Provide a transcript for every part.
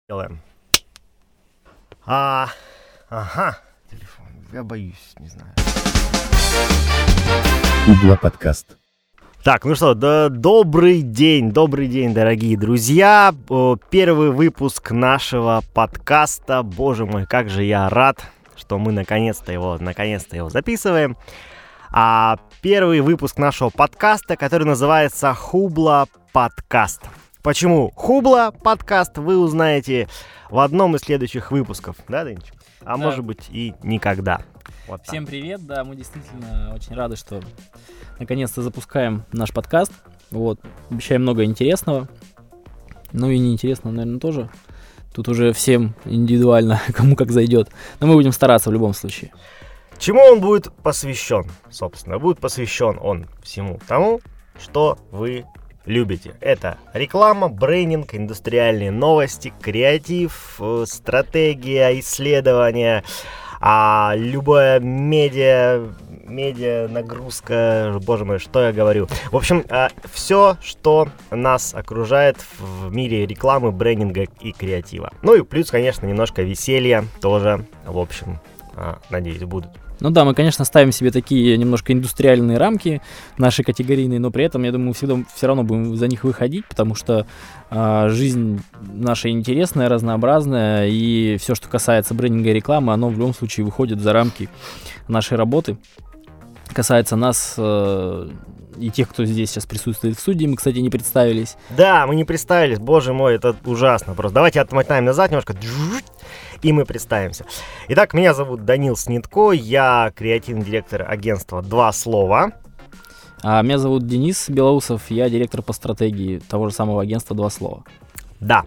Делаем. Телефон. Я боюсь, не знаю. Хубла подкаст. Так, ну что, добрый день, дорогие друзья. Первый выпуск нашего подкаста. Боже мой, как же я рад, что мы наконец-то его записываем. Первый выпуск нашего подкаста, который называется «Хубла подкаст». Почему «Хубла подкаст» вы узнаете в одном из следующих выпусков, да, Денчик? Да. Может быть и никогда. Вот так. Всем привет, да, мы действительно очень рады, что наконец-то запускаем наш подкаст. Вот, обещаем много интересного, ну и неинтересного, наверное, тоже. Тут уже всем индивидуально, кому как зайдет. Но мы будем стараться в любом случае. Чему он будет посвящен, собственно? Будет посвящен он всему тому, что вы любите. Это реклама, брендинг, индустриальные новости, креатив, стратегия, исследования, любая медиа нагрузка, боже мой, что я говорю. В общем, все, что нас окружает в мире рекламы, брендинга и креатива. Ну и плюс, конечно, немножко веселья тоже, в общем, надеюсь, будут. Ну да, мы, конечно, ставим себе такие немножко индустриальные рамки, наши категорийные, но при этом, я думаю, всегда все равно будем за них выходить, потому что жизнь наша интересная, разнообразная, и все, что касается брендинга и рекламы, оно в любом случае выходит за рамки нашей работы. Касается нас и тех, кто здесь сейчас присутствует в студии, мы, кстати, не представились. Да, мы не представились, боже мой, это ужасно просто. Давайте отмотаем назад немножко, и мы представимся. Итак, меня зовут Данил Снитко, я креативный директор агентства «Два слова». А меня зовут Денис Белоусов, я директор по стратегии того же самого агентства «Два слова». Да.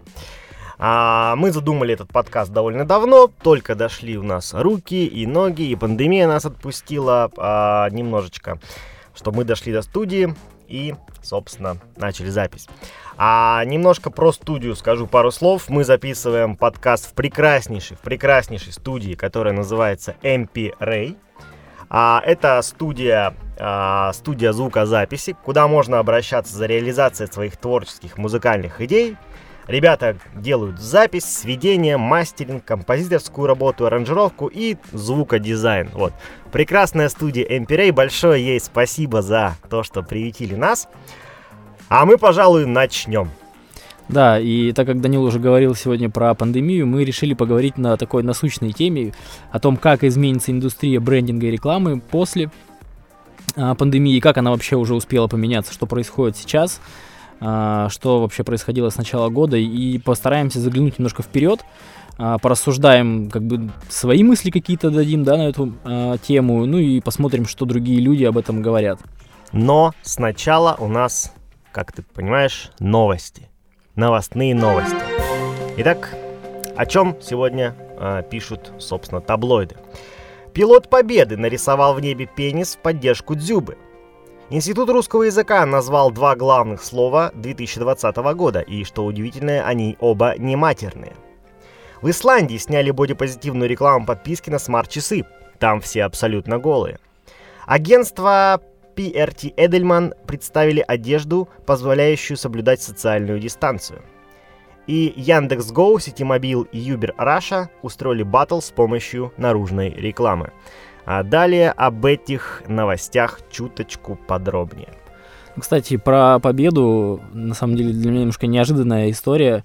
Мы задумали этот подкаст довольно давно, только дошли у нас руки и ноги, и пандемия нас отпустила немножечко, чтобы мы дошли до студии и, собственно, начали запись. Немножко про студию скажу пару слов. Мы записываем подкаст в прекраснейшей студии, которая называется MP Ray. Это студия звукозаписи, куда можно обращаться за реализацией своих творческих музыкальных идей. Ребята делают запись, сведение, мастеринг, композиторскую работу, аранжировку и звукодизайн. Вот. Прекрасная студия MP Ray. Большое ей спасибо за то, что приютили нас. А мы, пожалуй, начнем. Да, и так как Данил уже говорил сегодня про пандемию, мы решили поговорить на такой насущной теме о том, как изменится индустрия брендинга и рекламы после пандемии, как она вообще уже успела поменяться, что происходит сейчас, что вообще происходило с начала года, и постараемся заглянуть немножко вперед, порассуждаем, как бы свои мысли какие-то дадим, да, на эту тему, ну и посмотрим, что другие люди об этом говорят. Но сначала у нас, как ты понимаешь, новостные новости. Итак, о чем сегодня пишут, собственно, таблоиды? Пилот Победы нарисовал в небе пенис в поддержку Дзюбы. Институт русского языка назвал два главных слова 2020 года, и, что удивительно, они оба не матерные. В Исландии сняли бодипозитивную рекламу подписки на смарт-часы. Там все абсолютно голые. Агентство PRT Edelman представили одежду, позволяющую соблюдать социальную дистанцию. И Яндекс.Го, Ситимобил и Uber Russia устроили баттл с помощью наружной рекламы. А далее об этих новостях чуточку подробнее. Кстати, про Победу, на самом деле, для меня немножко неожиданная история.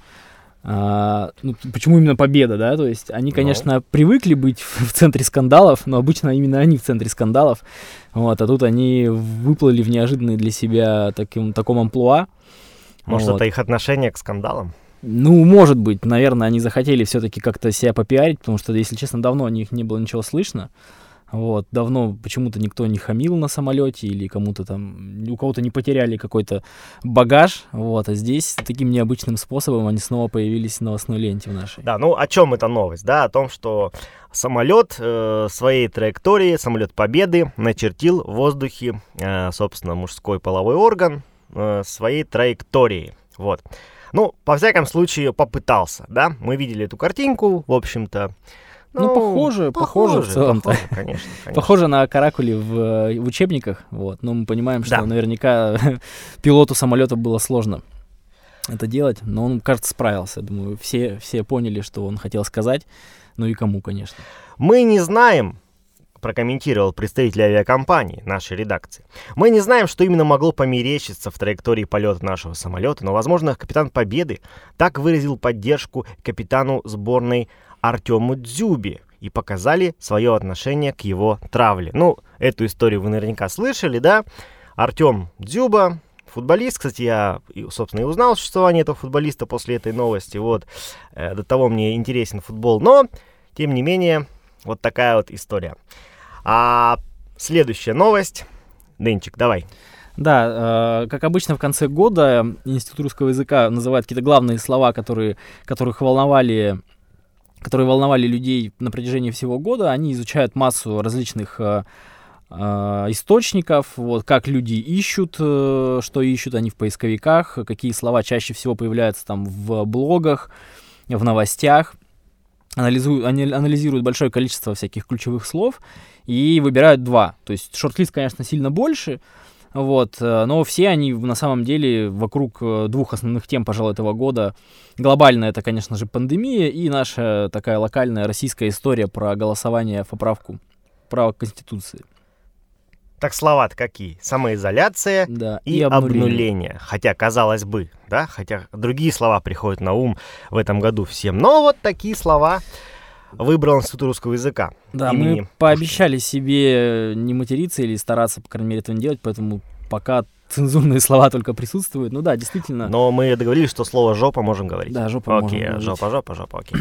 Почему именно Победа, да? То есть они, конечно, привыкли быть в центре скандалов, но обычно именно они в центре скандалов. Вот, а тут они выплыли в неожиданный для себя таком амплуа. Может, это их отношение к скандалам? Ну, может быть, наверное, они захотели все-таки как-то себя попиарить, потому что, если честно, давно о них не было ничего слышно. Вот, давно почему-то никто не хамил на самолете или у кого-то не потеряли какой-то багаж, вот, а здесь таким необычным способом они снова появились в новостной ленте в нашей. Да, ну о чем эта новость, да, о том, что самолет своей траектории, самолет Победы начертил в воздухе, собственно, мужской половой орган своей траектории, вот. Ну, во всяком случае, попытался, да, мы видели эту картинку, в общем-то. Похоже в целом-то. Конечно. Похоже на каракули в учебниках, вот. Но мы понимаем, что наверняка пилоту самолета было сложно это делать, но он, кажется, справился. Думаю, все поняли, что он хотел сказать, ну и кому, конечно. Мы не знаем, прокомментировал представитель авиакомпании нашей редакции. Мы не знаем, что именно могло померещиться в траектории полета нашего самолета, но, возможно, капитан Победы так выразил поддержку капитану сборной Артему Дзюбе и показали свое отношение к его травле. Ну, эту историю вы наверняка слышали, да? Артем Дзюба, футболист, кстати, я, собственно, и узнал существование этого футболиста после этой новости, вот, до того мне интересен футбол, но, тем не менее, вот такая вот история. А следующая новость. Денчик, давай. Да, как обычно в конце года Институт русского языка называет какие-то главные слова, которые волновали людей на протяжении всего года. Они изучают массу различных источников, вот, как люди ищут, что ищут они в поисковиках, какие слова чаще всего появляются там в блогах, в новостях. Анализируют большое количество всяких ключевых слов и выбирают 2. То есть шорт-лист, конечно, сильно больше, вот, но все они на самом деле вокруг 2 основных тем, пожалуй, этого года. Глобально это, конечно же, пандемия и наша такая локальная российская история про голосование в поправку права к Конституции. Так слова-то какие? Самоизоляция, да, и обнуление. Хотя, казалось бы, да, хотя другие слова приходят на ум в этом году всем. Но вот такие слова выбрал Институт русского языка. Да, мы пообещали себе не материться или стараться, по крайней мере, этого не делать, поэтому пока цензурные слова только присутствуют. Ну да, действительно. Но мы договорились, что слово «жопа» можем говорить. Да, жопа можем говорить. Жопа, окей.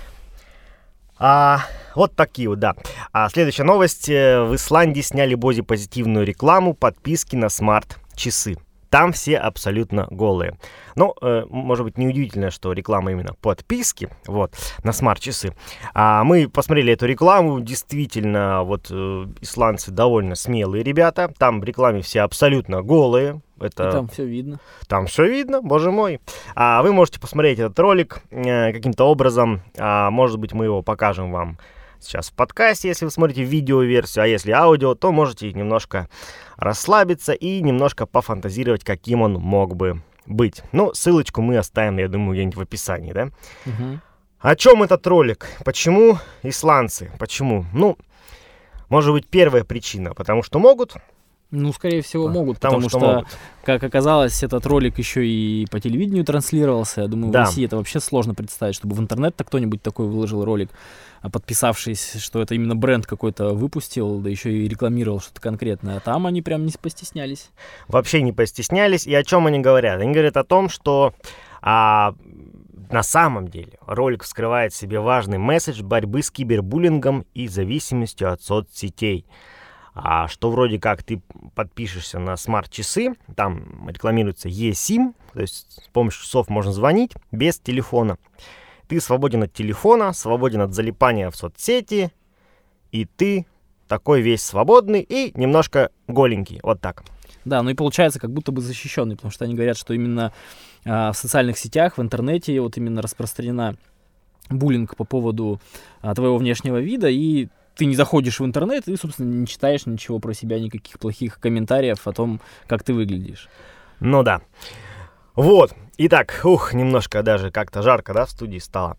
Вот такие вот, да. Следующая новость. В Исландии сняли бодипозитивную рекламу подписки на смарт-часы. Там все абсолютно голые. Ну, может быть, неудивительно, что реклама именно подписки, вот, на смарт-часы. Мы посмотрели эту рекламу, действительно, вот, исландцы довольно смелые ребята. Там в рекламе все абсолютно голые. Это... И там все видно. Там все видно, боже мой. Вы можете посмотреть этот ролик каким-то образом. Может быть, мы его покажем вам сейчас в подкасте, если вы смотрите видеоверсию, а если аудио, то можете немножко расслабиться и немножко пофантазировать, каким он мог бы быть. Ну, ссылочку мы оставим, я думаю, где-нибудь в описании, да? Угу. О чем этот ролик? Почему исландцы? Почему? Ну, может быть, первая причина, потому что могут. Ну, скорее всего, могут, потому что как оказалось, этот ролик еще и по телевидению транслировался. Я думаю, да. В России это вообще сложно представить, чтобы в интернет-то кто-нибудь такой выложил ролик, подписавшись, что это именно бренд какой-то выпустил, да еще и рекламировал что-то конкретное. А там они прям не постеснялись. Вообще не постеснялись. И о чем они говорят? Они говорят о том, что на самом деле ролик вскрывает в себе важный месседж борьбы с кибербуллингом и зависимостью от соцсетей. Что вроде как ты подпишешься на смарт-часы, там рекламируется eSIM, то есть с помощью часов можно звонить без телефона. Ты свободен от телефона, свободен от залипания в соцсети, и ты такой весь свободный и немножко голенький, вот так. Да, ну и получается как будто бы защищенный, потому что они говорят, что именно в социальных сетях, в интернете вот именно распространена буллинг по поводу твоего внешнего вида, и ты не заходишь в интернет и, собственно, не читаешь ничего про себя, никаких плохих комментариев о том, как ты выглядишь. Ну да. Вот. Итак, немножко даже как-то жарко, да, в студии стало.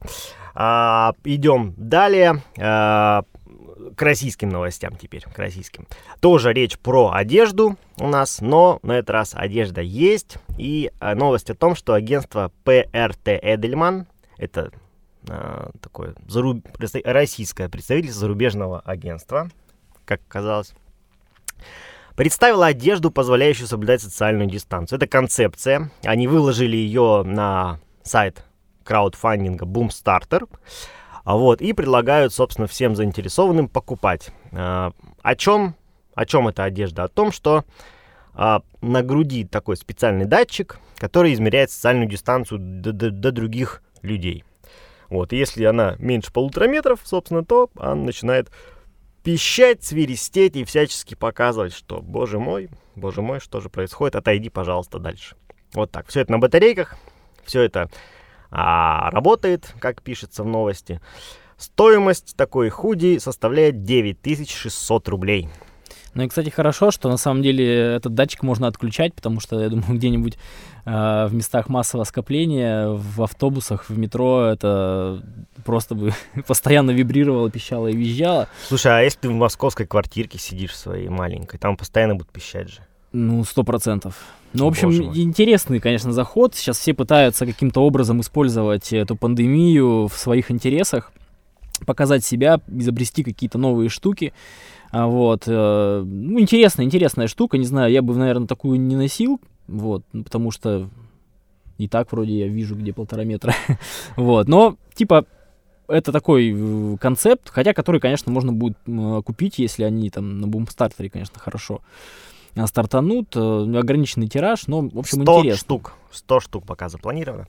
Идем далее. К российским новостям теперь, к российским. Тоже речь про одежду у нас, но на этот раз одежда есть. И новость о том, что агентство ПРТ Эдельман, это такое российское представительство зарубежного агентства, как оказалось, представила одежду, позволяющую соблюдать социальную дистанцию. Это концепция. Они выложили ее на сайт краудфандинга Boomstarter. Вот, и предлагают, собственно, всем заинтересованным покупать. О чем эта одежда? О том, что на груди такой специальный датчик, который измеряет социальную дистанцию до других людей. Вот, и если она меньше 1,5 метра, собственно, то она начинает пищать, свиристеть и всячески показывать, что, боже мой, что же происходит, отойди, пожалуйста, дальше. Вот так. Все это на батарейках, все это работает, как пишется в новости. Стоимость такой худи составляет 9600 рублей. Ну и, кстати, хорошо, что на самом деле этот датчик можно отключать, потому что, я думаю, где-нибудь в местах массового скопления, в автобусах, в метро это просто бы постоянно вибрировало, пищало и визжало. Слушай, а если ты в московской квартирке сидишь своей маленькой, там постоянно будут пищать же. Ну, 100%. Ну, в общем, Боже мой. интересный, конечно, заход. Сейчас все пытаются каким-то образом использовать эту пандемию в своих интересах, показать себя, изобрести какие-то новые штуки. Вот. Ну, интересная штука. Не знаю, я бы, наверное, такую не носил, вот, потому что и так вроде я вижу, где 1,5 метра. Вот. Но, типа, это такой концепт, хотя который, конечно, можно будет купить, если они там на бумстартере, конечно, хорошо стартанут. Ограниченный тираж, но, в общем, 100 интересно. штук. 100 штук пока запланировано.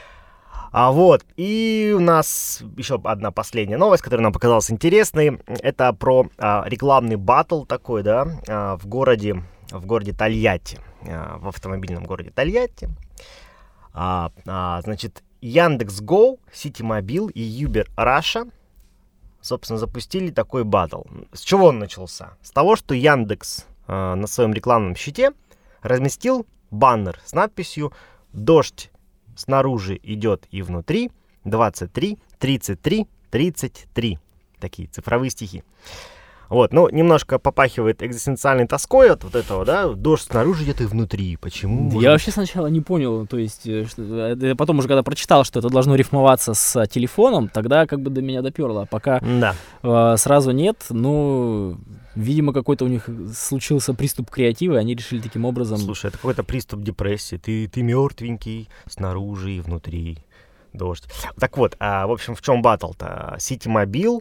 Вот, и у нас еще одна последняя новость, которая нам показалась интересной. Это про рекламный баттл такой, да, в городе Тольятти, в автомобильном городе Тольятти. Значит, Яндекс.Го, Ситимобил и Uber Russia, собственно, запустили такой баттл. С чего он начался? С того, что Яндекс на своем рекламном щите разместил баннер с надписью «Дождь снаружи идет и внутри, 23, 33, 33». Такие цифровые стихи. Вот, ну, немножко попахивает экзистенциальной тоской от вот этого, да, дождь снаружи идет и внутри. Почему? Я вообще сначала не понял, то есть, потом уже когда прочитал, что это должно рифмоваться с телефоном, тогда как бы до меня доперло, а пока сразу нет, ну, видимо, какой-то у них случился приступ креатива, и они решили таким образом... Слушай, это какой-то приступ депрессии, ты мертвенький, снаружи и внутри, дождь. Так вот, в общем, в чем баттл-то? Ситимобил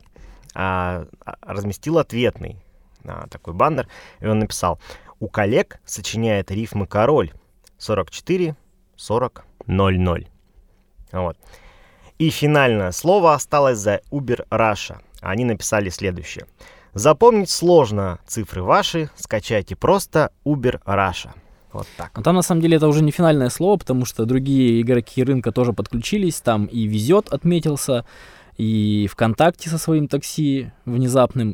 разместил ответный такой баннер, и он написал: «У коллег сочиняет рифмы король 44 40 00». Вот. И финальное слово осталось за Uber Russia. Они написали следующее: «Запомнить сложно цифры ваши, скачайте просто Uber Russia». Вот так. Но там на самом деле это уже не финальное слово, потому что другие игроки рынка тоже подключились, там и Везет отметился, и ВКонтакте со своим такси внезапным,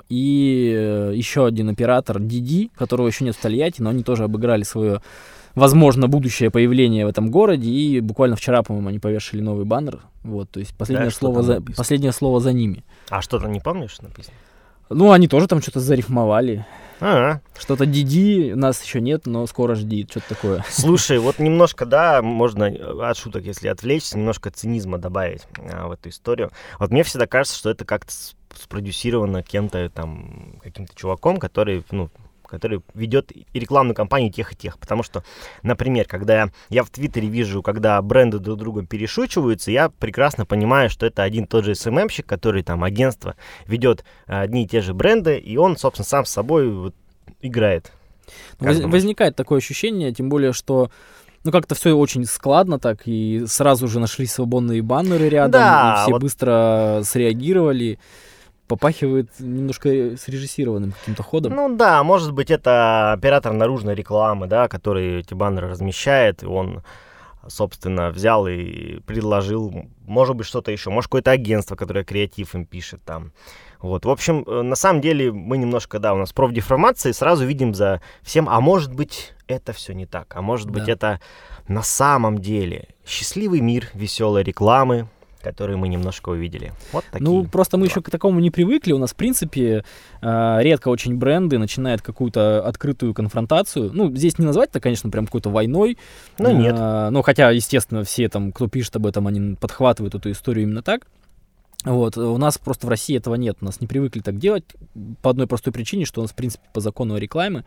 и еще один оператор Didi, которого еще нет в Тольятти, но они тоже обыграли свое, возможно, будущее появление в этом городе, и буквально вчера, по-моему, они повешали новый баннер. Вот, то есть последнее слово за ними. А что-то не помнишь написано? Ну, они тоже там что-то зарифмовали. Что-то Didi, нас еще нет, но скоро жди, что-то такое. Слушай, вот немножко, да, можно от шуток, если отвлечься, немножко цинизма добавить в эту историю. Вот мне всегда кажется, что это как-то спродюсировано кем-то там, каким-то чуваком, который ведет и рекламную кампанию тех и тех. Потому что, например, когда я в Твиттере вижу, когда бренды друг другом перешучиваются, я прекрасно понимаю, что это один и тот же СММщик, который там агентство ведет одни и те же бренды, и он, собственно, сам с собой вот играет. Возникает такое ощущение, тем более, что как-то все очень складно так, и сразу же нашлись свободные баннеры рядом, да, и все быстро среагировали. Попахивает немножко срежиссированным каким-то ходом. Ну да, может быть, это оператор наружной рекламы, да, который эти баннеры размещает, и он, собственно, взял и предложил, может быть, что-то еще, может, какое-то агентство, которое креатив им пишет там. Вот, в общем, на самом деле мы немножко, да, у нас профдеформация, и сразу видим за всем, а может быть, это все не так, а может быть, это на самом деле счастливый мир веселой рекламы, которые мы немножко увидели. Вот такие. Ну, просто мы еще к такому не привыкли. У нас, в принципе, редко очень бренды начинают какую-то открытую конфронтацию. Ну, здесь не назвать это, конечно, прям какой-то войной. Ну, нет. Ну, хотя, естественно, все там, кто пишет об этом, они подхватывают эту историю именно так. Вот, у нас просто в России этого нет, у нас не привыкли так делать по одной простой причине, что у нас, в принципе, по закону о рекламе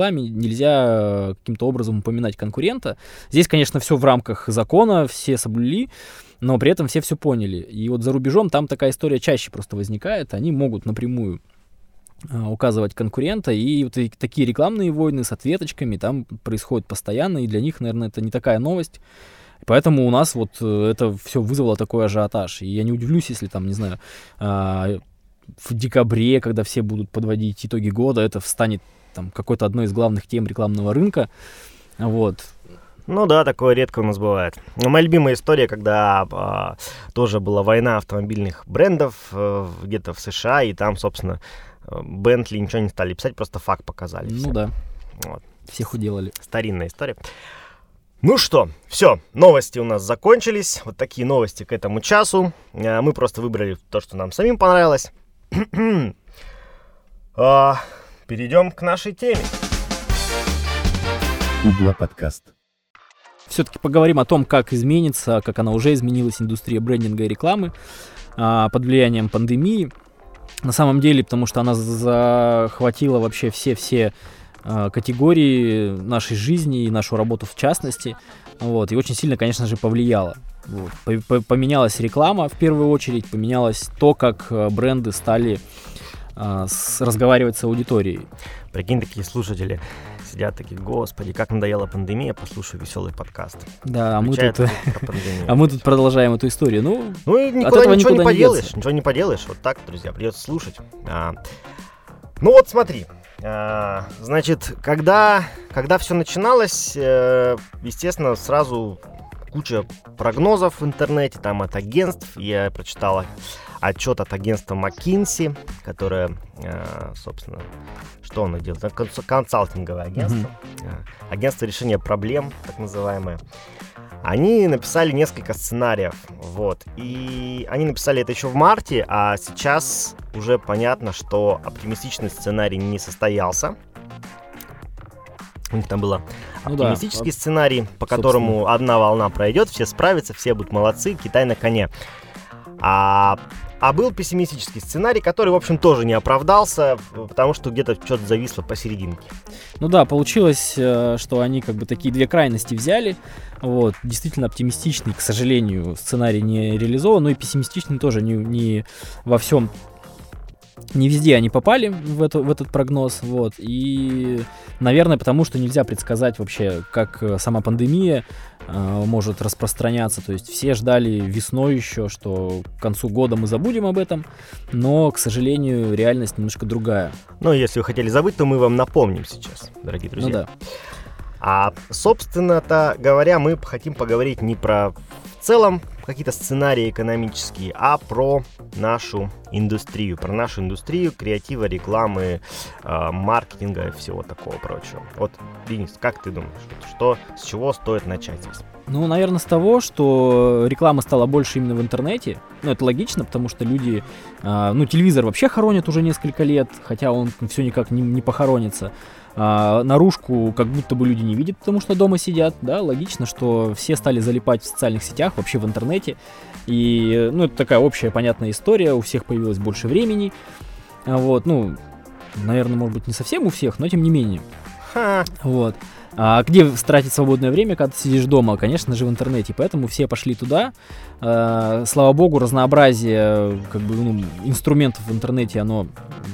нельзя каким-то образом упоминать конкурента. Здесь, конечно, все в рамках закона, все соблюли, но при этом все поняли. И вот за рубежом там такая история чаще просто возникает, они могут напрямую указывать конкурента, и вот такие рекламные войны с ответочками там происходят постоянно, и для них, наверное, это не такая новость. Поэтому у нас вот это все вызвало такой ажиотаж. И я не удивлюсь, если там, не знаю, в декабре, когда все будут подводить итоги года, это станет там какой-то одной из главных тем рекламного рынка. Вот. Ну да, такое редко у нас бывает. Но моя любимая история, когда тоже была война автомобильных брендов где-то в США, и там, собственно, Bentley ничего не стали писать, просто факт показали. Ну всем. да, Вот. всех уделали. Старинная история. Ну что, все, новости у нас закончились. Вот такие новости к этому часу. Мы просто выбрали то, что нам самим понравилось. Перейдем к нашей теме. Кубла подкаст. Все-таки поговорим о том, как изменится, как она уже изменилась, индустрия брендинга и рекламы под влиянием пандемии. На самом деле, потому что она захватила вообще все категории нашей жизни и нашу работу в частности. Вот, и очень сильно, конечно же, повлияла. Вот. Поменялась реклама в первую очередь, поменялось то, как бренды стали разговаривать с аудиторией. Прикинь, такие слушатели сидят такие: господи, как надоела пандемия, послушаю веселый подкаст. Да, мы Включают тут продолжаем эту историю. Ну и от этого ничего не никуда не поделаешь, деться. ничего не поделаешь. Вот так, друзья, придется слушать. Ну вот смотри, значит, когда все начиналось, естественно, сразу куча прогнозов в интернете, там от агентств. Я прочитал отчет от агентства McKinsey, которое, собственно, что оно делает? Это консалтинговое агентство. Агентство решения проблем, так называемое. Они написали несколько сценариев, вот, и они написали это еще в марте, а сейчас уже понятно, что оптимистичный сценарий не состоялся. У них там был оптимистический сценарий, по которому одна волна пройдет, все справятся, все будут молодцы, Китай на коне. А был пессимистический сценарий, который, в общем, тоже не оправдался, потому что где-то что-то зависло посерединке. Ну да, получилось, что они как бы такие две крайности взяли. Вот, действительно оптимистичный, к сожалению, сценарий не реализован, но и пессимистичный тоже не во всем, не везде они попали в этот прогноз. Вот, и, наверное, потому что нельзя предсказать вообще, как сама пандемия может распространяться. То есть все ждали весной еще, что к концу года мы забудем об этом, но, к сожалению, реальность немножко другая. Ну, если вы хотели забыть, то мы вам напомним сейчас, дорогие друзья. Ну да. Собственно-то говоря, мы хотим поговорить не про в целом какие-то сценарии экономические, а про нашу индустрию, креатива, рекламы, маркетинга и всего такого прочего. Вот, Денис, как ты думаешь, с чего стоит начать здесь? Ну, наверное, с того, что реклама стала больше именно в интернете. Ну, это логично, потому что люди... телевизор вообще хоронят уже несколько лет, хотя он все никак не похоронится. Наружку как будто бы люди не видят, потому что дома сидят. Да, логично, что все стали залипать в социальных сетях, вообще в интернете. И, это такая общая понятная история. У всех появилось больше времени. Вот, наверное, может быть, не совсем у всех, но тем не менее. Вот. А где тратить свободное время, когда ты сидишь дома? Конечно же, в интернете. Поэтому все пошли туда. Слава богу, разнообразие инструментов в интернете, оно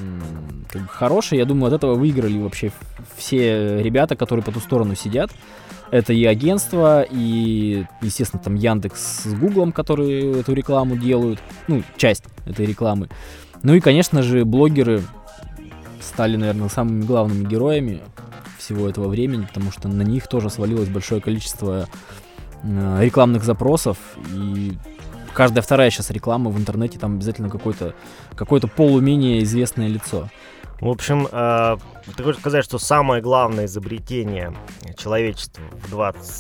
хорошее. Я думаю, от этого выиграли вообще все ребята, которые по ту сторону сидят. Это и агентство, и, естественно, там Яндекс с Гуглом, которые эту рекламу делают. Часть этой рекламы. Ну и, конечно же, блогеры стали, наверное, самыми главными героями всего этого времени, потому что на них тоже свалилось большое количество рекламных запросов, и каждая вторая сейчас реклама в интернете, там обязательно какое-то полуменее известное лицо. В общем, ты хочешь сказать, что самое главное изобретение человечества в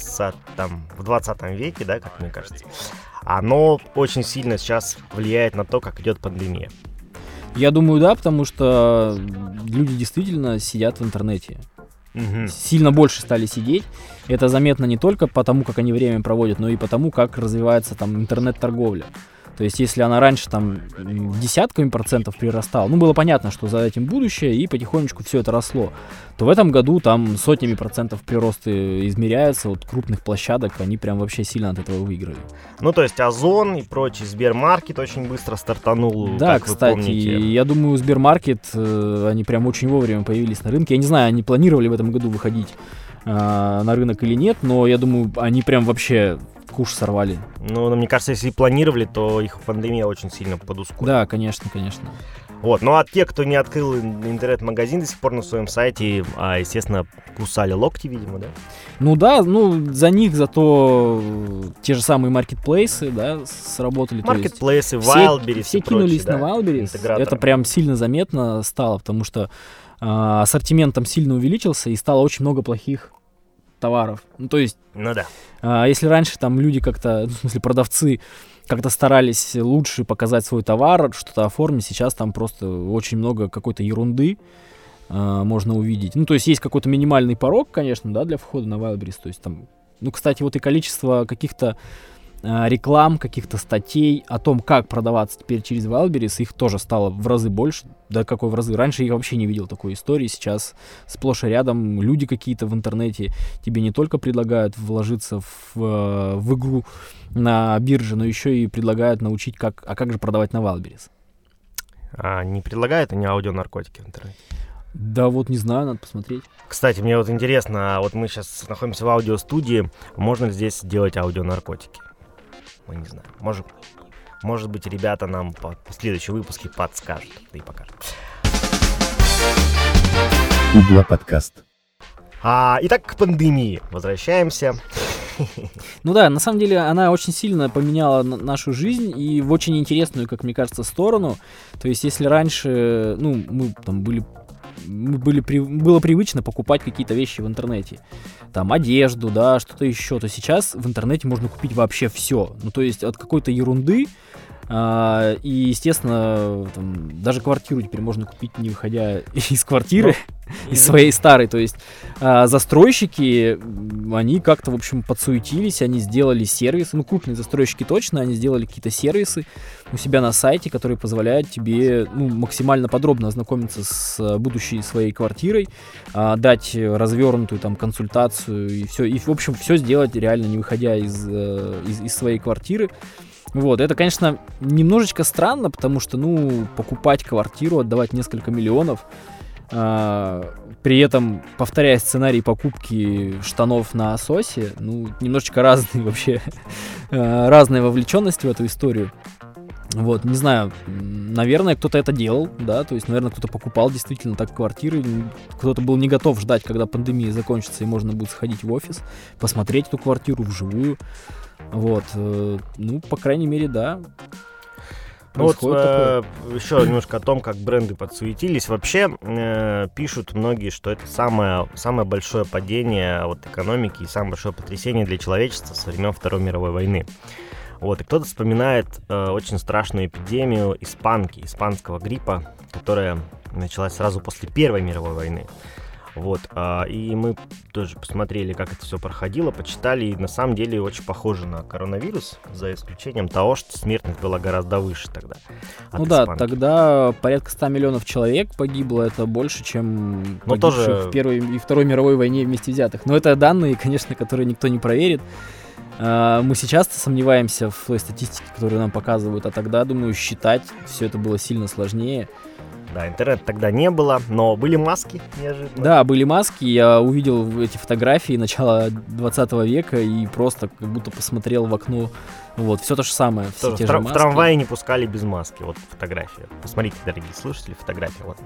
20 веке, да, как мне кажется, оно очень сильно сейчас влияет на то, как идет пандемия? Я думаю, да, потому что люди действительно сидят в интернете. Сильно больше стали сидеть. Это заметно не только потому, как они время проводят, но и потому, как развивается там интернет-торговля. То есть, если она раньше там десятками процентов прирастала, было понятно, что за этим будущее, и потихонечку все это росло, то в этом году там сотнями процентов приросты измеряются, вот крупных площадок, они прям вообще сильно от этого выиграли. То есть Озон и прочий Сбермаркет очень быстро стартанул, да, как кстати, вы помните. Я думаю, Сбермаркет, они прям очень вовремя появились на рынке. Я не знаю, они планировали в этом году выходить на рынок или нет, но я думаю, они прям вообще куш сорвали. Ну, мне кажется, если и планировали, то их пандемия очень сильно подускорила. Да, конечно. Вот, ну а те, кто не открыл интернет-магазин до сих пор на своем сайте, естественно, кусали локти, видимо, да? Ну да, за них зато те же самые маркетплейсы, да, сработали. Маркетплейсы, Wildberries все и прочие, кинулись на Wildberries. Это прям сильно заметно стало, потому что ассортимент там сильно увеличился и стало очень много плохих товаров. Ну да. Если раньше там люди как-то, в смысле продавцы, как-то старались лучше показать свой товар, что-то оформить, сейчас там просто очень много какой-то ерунды можно увидеть. Ну, то есть есть какой-то минимальный порог, конечно, да, для входа на Wildberries. То есть там, кстати, вот и количество каких-то реклам, каких-то статей о том, как продаваться теперь через Wildberries, их тоже стало в разы больше. Да какой в разы? Раньше я вообще не видел такой истории. Сейчас сплошь и рядом люди какие-то в интернете тебе не только предлагают вложиться в игру на бирже, но еще и предлагают научить, как же продавать на Wildberries. Не предлагают они аудионаркотики в интернете? Да вот не знаю, надо посмотреть. Кстати, мне вот интересно, вот мы сейчас находимся в аудиостудии, можно ли здесь делать аудионаркотики? Мы не знаем. Может быть, ребята нам в следующем выпуске подскажут, да и покажут. Кубла подкаст. Итак, к пандемии возвращаемся. Ну да, на самом деле она очень сильно поменяла нашу жизнь и в очень интересную, как мне кажется, сторону. То есть если раньше, мы там было привычно покупать какие-то вещи в интернете, там одежду, да, что-то еще, то сейчас в интернете можно купить вообще все. Ну то есть от какой-то ерунды, и, естественно, там, даже квартиру теперь можно купить, не выходя из квартиры, из своей старой. То есть застройщики, они как-то, в общем, подсуетились, они сделали сервисы, крупные застройщики точно, они сделали какие-то сервисы у себя на сайте, которые позволяют тебе максимально подробно ознакомиться с будущей своей квартирой, дать развернутую там консультацию и все, и, в общем, все сделать реально, не выходя из своей квартиры. Вот, это, конечно, немножечко странно, потому что, покупать квартиру, отдавать несколько миллионов, при этом повторяя сценарий покупки штанов на Асосе, немножечко разные вообще, разная вовлеченность в эту историю. Вот, не знаю, наверное, кто-то это делал, да, то есть, наверное, кто-то покупал действительно так квартиры, кто-то был не готов ждать, когда пандемия закончится и можно будет сходить в офис, посмотреть эту квартиру вживую. Вот, по крайней мере, да. Еще немножко о том, как бренды подсуетились. Вообще пишут многие, что это самое большое падение экономики и самое большое потрясение для человечества со времен Второй мировой войны. Вот, и кто-то вспоминает очень страшную эпидемию испанского гриппа, которая началась сразу после Первой мировой войны. Вот, и мы тоже посмотрели, как это все проходило, почитали, и на самом деле очень похоже на коронавирус, за исключением того, что смертность была гораздо выше тогда. Тогда порядка 100 миллионов человек погибло, это больше, чем погибших в Первой и Второй мировой войне вместе взятых. Но это данные, конечно, которые никто не проверит. Мы сейчас сомневаемся в той статистике, которую нам показывают, а тогда, думаю, считать все это было сильно сложнее. Да, интернета тогда не было, но были маски неожиданно. Да, были маски, я увидел эти фотографии начала 20 века и просто как будто посмотрел в окно. Вот, все то же самое, все те же маски. В трамвае не пускали без маски, вот фотография. Посмотрите, дорогие слушатели, фотография, вот.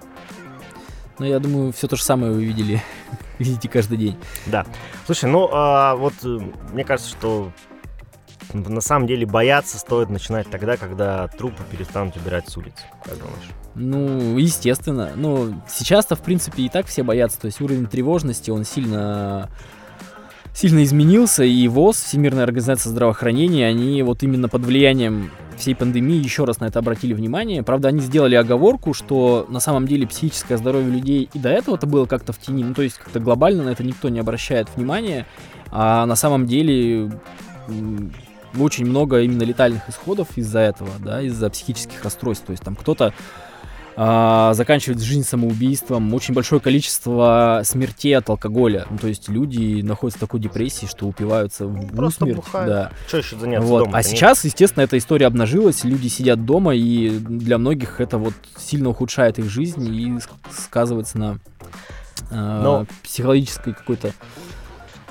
Я думаю, все то же самое вы видите каждый день. Да. Слушай, мне кажется, что на самом деле бояться стоит начинать тогда, когда трупы перестанут убирать с улиц. Как думаешь? Естественно. Сейчас-то, в принципе, и так все боятся. То есть уровень тревожности, он сильно изменился. И ВОЗ, Всемирная организация здравоохранения, они вот именно под влиянием всей пандемии еще раз на это обратили внимание. Правда, они сделали оговорку, что на самом деле психическое здоровье людей и до этого-то было как-то в тени. То есть как-то глобально на это никто не обращает внимания. А на самом деле очень много именно летальных исходов из-за этого, да, из-за психических расстройств. То есть там кто-то заканчивает жизнь самоубийством, очень большое количество смертей от алкоголя. То есть люди находятся в такой депрессии, что упиваются в усмерть. Да. Что еще заняться дома? А сейчас, естественно, эта история обнажилась, люди сидят дома, и для многих это сильно ухудшает их жизнь и сказывается на психологической какой-то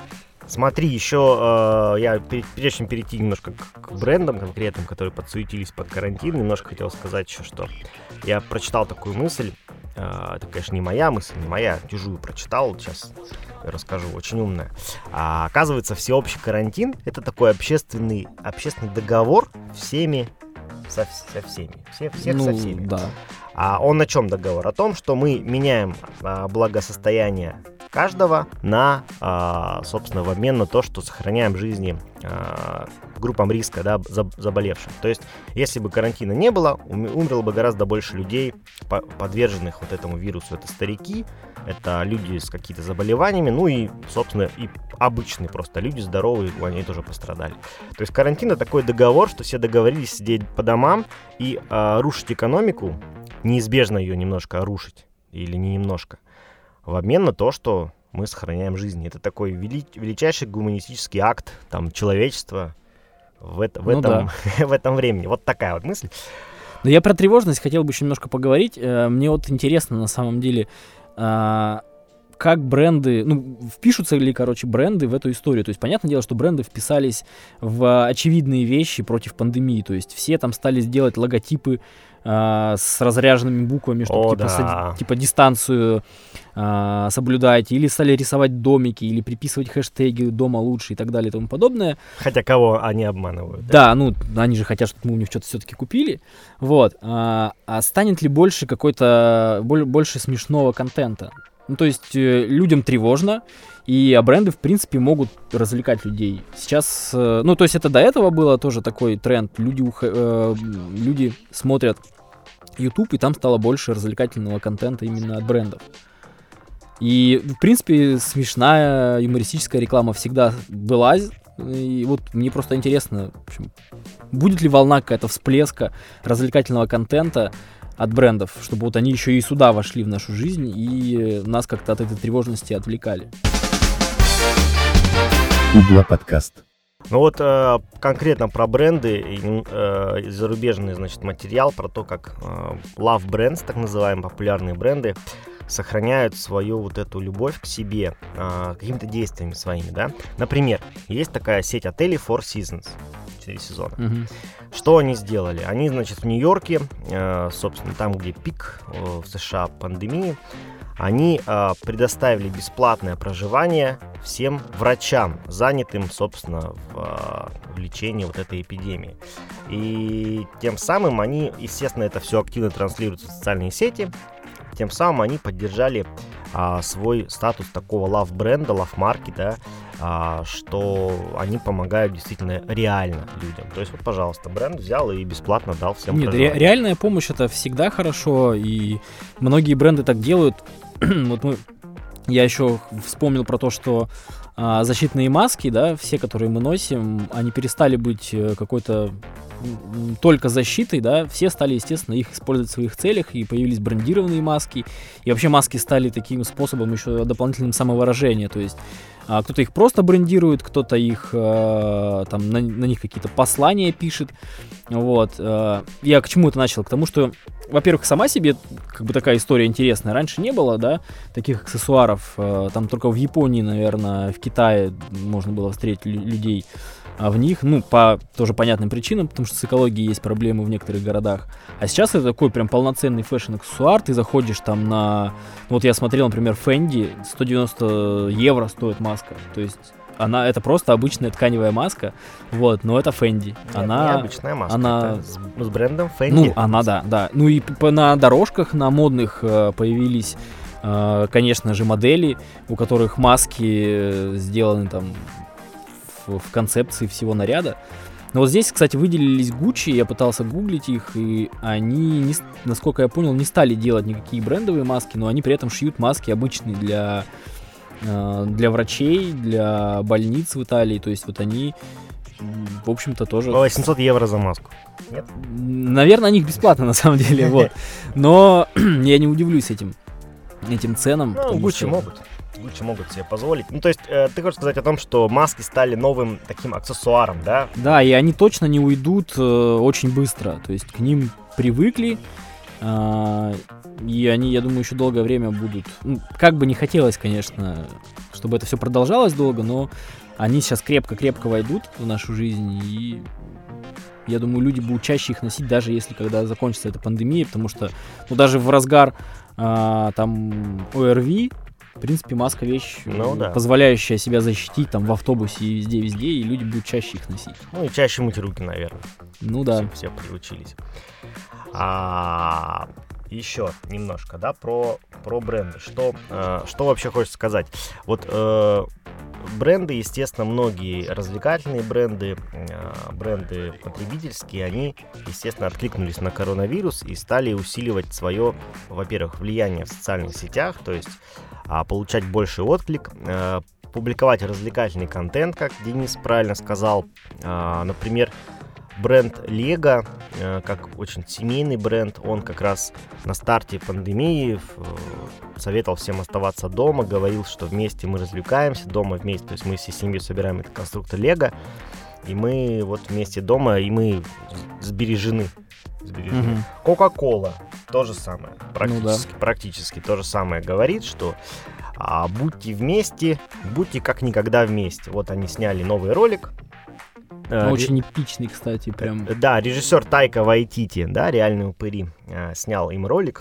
Смотри, еще я прежде чем перейти немножко к брендам конкретным, которые подсуетились под карантин, немножко хотел сказать еще, что я прочитал такую мысль. Это, конечно, не моя мысль, не моя, чужую прочитал, сейчас я расскажу, очень умная. Оказывается, всеобщий карантин — это такой общественный договор всеми, со всеми, всех со всеми. Да. А он о чем договор? О том, что мы меняем благосостояние каждого на, собственно, в обмен на то, что сохраняем жизни группам риска, да, заболевшим. То есть, если бы карантина не было, умерло бы гораздо больше людей, подверженных вот этому вирусу. Это старики, это люди с какими-то заболеваниями, ну и, собственно, и обычные просто люди здоровые, они тоже пострадали. То есть карантин — это такой договор, что все договорились сидеть по домам и рушить экономику, неизбежно ее немножко рушить, или не немножко, в обмен на то, что мы сохраняем жизнь. Это такой величайший гуманистический акт там, человечества в этом времени. Вот такая вот мысль. Но я про тревожность хотел бы еще немножко поговорить. Мне вот интересно, на самом деле, как бренды, впишутся ли, бренды в эту историю. То есть, понятное дело, что бренды вписались в очевидные вещи против пандемии. То есть, все там стали делать логотипы с разряженными буквами, чтобы дистанцию соблюдать, или стали рисовать домики, или приписывать хэштеги «дома лучше» и так далее и тому подобное. Хотя кого они обманывают. Да, они же хотят, чтобы мы у них что-то все-таки купили. Вот. А станет ли больше больше смешного контента? То есть людям тревожно, и бренды, в принципе, могут развлекать людей. Сейчас, то есть это до этого было тоже такой тренд. Люди смотрят YouTube, и там стало больше развлекательного контента именно от брендов. И, в принципе, смешная юмористическая реклама всегда была. И вот мне просто интересно, в общем, будет ли волна какая-то всплеска развлекательного контента от брендов, чтобы вот они еще и сюда вошли в нашу жизнь и нас как-то от этой тревожности отвлекали. Угла подкаст. Конкретно про бренды, зарубежный, материал про то, как love brands, так называемые популярные бренды, сохраняют свою вот эту любовь к себе какими-то действиями своими, да. Например, есть такая сеть отелей Four Seasons, 4 сезона. Что они сделали? Они, в Нью-Йорке, собственно, там, где пик в США пандемии, они предоставили бесплатное проживание всем врачам, занятым, собственно, в лечении вот этой эпидемии. И тем самым они, естественно, это все активно транслируется в социальные сети, тем самым они поддержали свой статус такого лав-бренда, лав-марки, да, что они помогают действительно реально людям. То есть, пожалуйста, бренд взял и бесплатно дал всем проживание. Нет, реальная помощь — это всегда хорошо, и многие бренды так делают. Я еще вспомнил про то, что защитные маски, да, все, которые мы носим, они перестали быть какой-то только защитой, да, все стали, естественно, их использовать в своих целях, и появились брендированные маски, и вообще маски стали таким способом еще дополнительным самовыражения, то есть кто-то их просто брендирует, кто-то их, там, на них какие-то послания пишет, вот. Я к чему это начал? К тому, что, во-первых, сама себе, такая история интересная. Раньше не было, да, таких аксессуаров, там только в Японии, наверное, в Китае можно было встретить людей в них, по тоже понятным причинам, потому что с экологией есть проблемы в некоторых городах. А сейчас это такой прям полноценный фэшн-аксессуар, ты заходишь там на... Вот я смотрел, например, Fendi, 190 евро стоит маска, то есть это просто обычная тканевая маска, вот, но это Fendi. Она не обычная маска, это с брендом Fendi. Она, да. И на дорожках, на модных появились, конечно же, модели, у которых маски сделаны там в концепции всего наряда. Но вот здесь, кстати, выделились Gucci, я пытался гуглить их, и они, насколько я понял, не стали делать никакие брендовые маски, но они при этом шьют маски обычные для врачей, для больниц в Италии, то есть вот они, в общем-то, тоже... 800 евро за маску. Нет? Наверное, они их бесплатно, на самом деле, вот. Но я не удивлюсь этим ценам. Gucci могут себе позволить. То есть, ты хочешь сказать о том, что маски стали новым таким аксессуаром, да? Да, и они точно не уйдут очень быстро. То есть, к ним привыкли, и они, я думаю, еще долгое время будут... как бы не хотелось, конечно, чтобы это все продолжалось долго, но они сейчас крепко-крепко войдут в нашу жизнь, и я думаю, люди будут чаще их носить, даже если когда закончится эта пандемия, потому что даже в разгар там ОРВИ, в принципе, маска вещь, позволяющая себя защитить там в автобусе и везде, и люди будут чаще их носить. Ну и чаще мыть руки, наверное. Ну да. Все приучились. Еще немножко, да, про бренды. Что вообще хочется сказать? Вот бренды, естественно, многие развлекательные бренды, бренды потребительские, они, естественно, откликнулись на коронавирус и стали усиливать свое, во-первых, влияние в социальных сетях, то есть получать больший отклик, публиковать развлекательный контент, как Денис правильно сказал. Например, бренд Lego, как очень семейный бренд, он как раз на старте пандемии советовал всем оставаться дома, говорил, что вместе мы развлекаемся, дома вместе, то есть мы всей семьей собираем этот конструктор Lego, и мы вот вместе дома, и мы сбережены. Coca-Cola то же самое, практически то же самое говорит, что будьте вместе, будьте как никогда вместе. Вот они сняли новый ролик. Очень эпичный, кстати, прям. Да, режиссер Тайка Вайтити, да, «Реальные упыри», снял им ролик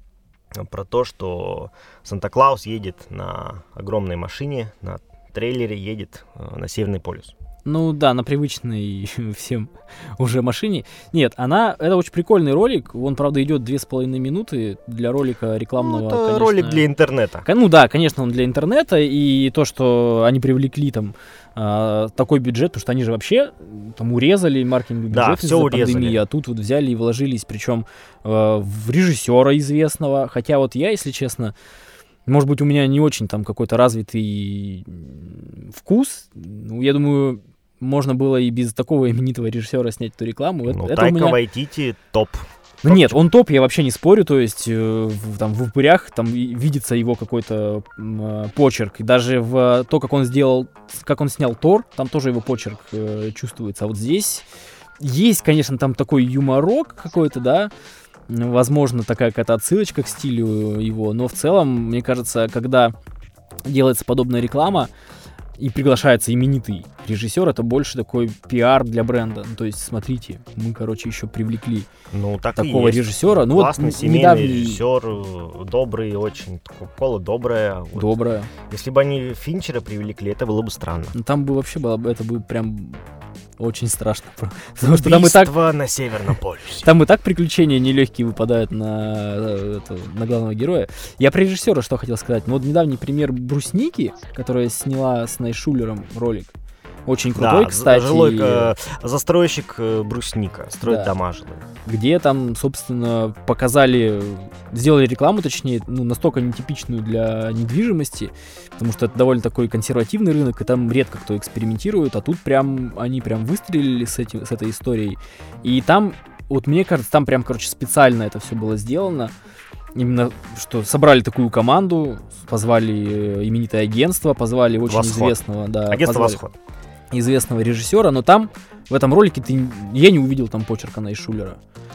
про то, что Санта-Клаус едет на огромной машине, на трейлере едет на Северный полюс. Ну да, на привычной всем уже машине. Нет, это очень прикольный ролик. Он, правда, идет 2,5 минуты для ролика рекламного. Это конечно, ролик для интернета. Ну да, конечно, он для интернета. И то, что они привлекли там такой бюджет, потому что они же вообще там урезали маркетинговый бюджет из-за пандемии, а тут вот взяли и вложились, причем в режиссера известного. Хотя вот я, если честно, может быть, у меня не очень там какой-то развитый вкус. Ну, я думаю, можно было и без такого именитого режиссера снять эту рекламу. Тайка Вайтити топ. Ну, нет, он топ, я вообще не спорю. То есть там в «Упырях» там видится его какой-то почерк. И даже в то, как он снял «Тор», там тоже его почерк чувствуется. А вот здесь есть, конечно, там такой юморок какой-то, да. Возможно, такая какая-то отсылочка к стилю его, но в целом, мне кажется, когда делается подобная реклама и приглашается именитый режиссер, это больше такой пиар для бренда. Ну, то есть, смотрите, мы, еще привлекли такого режиссера. Ну, классный вот семейный режиссер, добрый очень, Coca-Cola добрая. Добрая. Если бы они Финчера привлекли, это было бы странно. Ну, там бы вообще это бы прям... Очень страшно. Потому что там и так на Северном полюсе. Там и так приключения нелегкие выпадают на главного героя. Я про режиссера что хотел сказать. Ну вот недавний пример «Брусники», которая сняла с Найшулером ролик. Очень крутой, кстати. Жилой застройщик Брусника, строит дома жилые. Где там, собственно, сделали рекламу, точнее, настолько нетипичную для недвижимости, потому что это довольно такой консервативный рынок, и там редко кто экспериментирует, а тут они выстрелили с этой историей. И там, вот мне кажется, там специально это все было сделано. Именно, что собрали такую команду, позвали именитое агентство, позвали очень известного... Да, агентство «Восход». Известного режиссера, но там, в этом ролике, я не увидел там почерка Найшулера.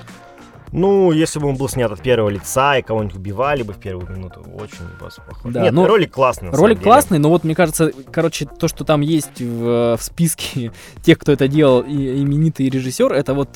Ну, если бы он был снят от первого лица, и кого-нибудь убивали бы в первую минуту, очень похоже. Да, нет, ролик классный. Ролик классный, но вот, мне кажется, то, что там есть в списке тех, кто это делал, именитый режиссер, это вот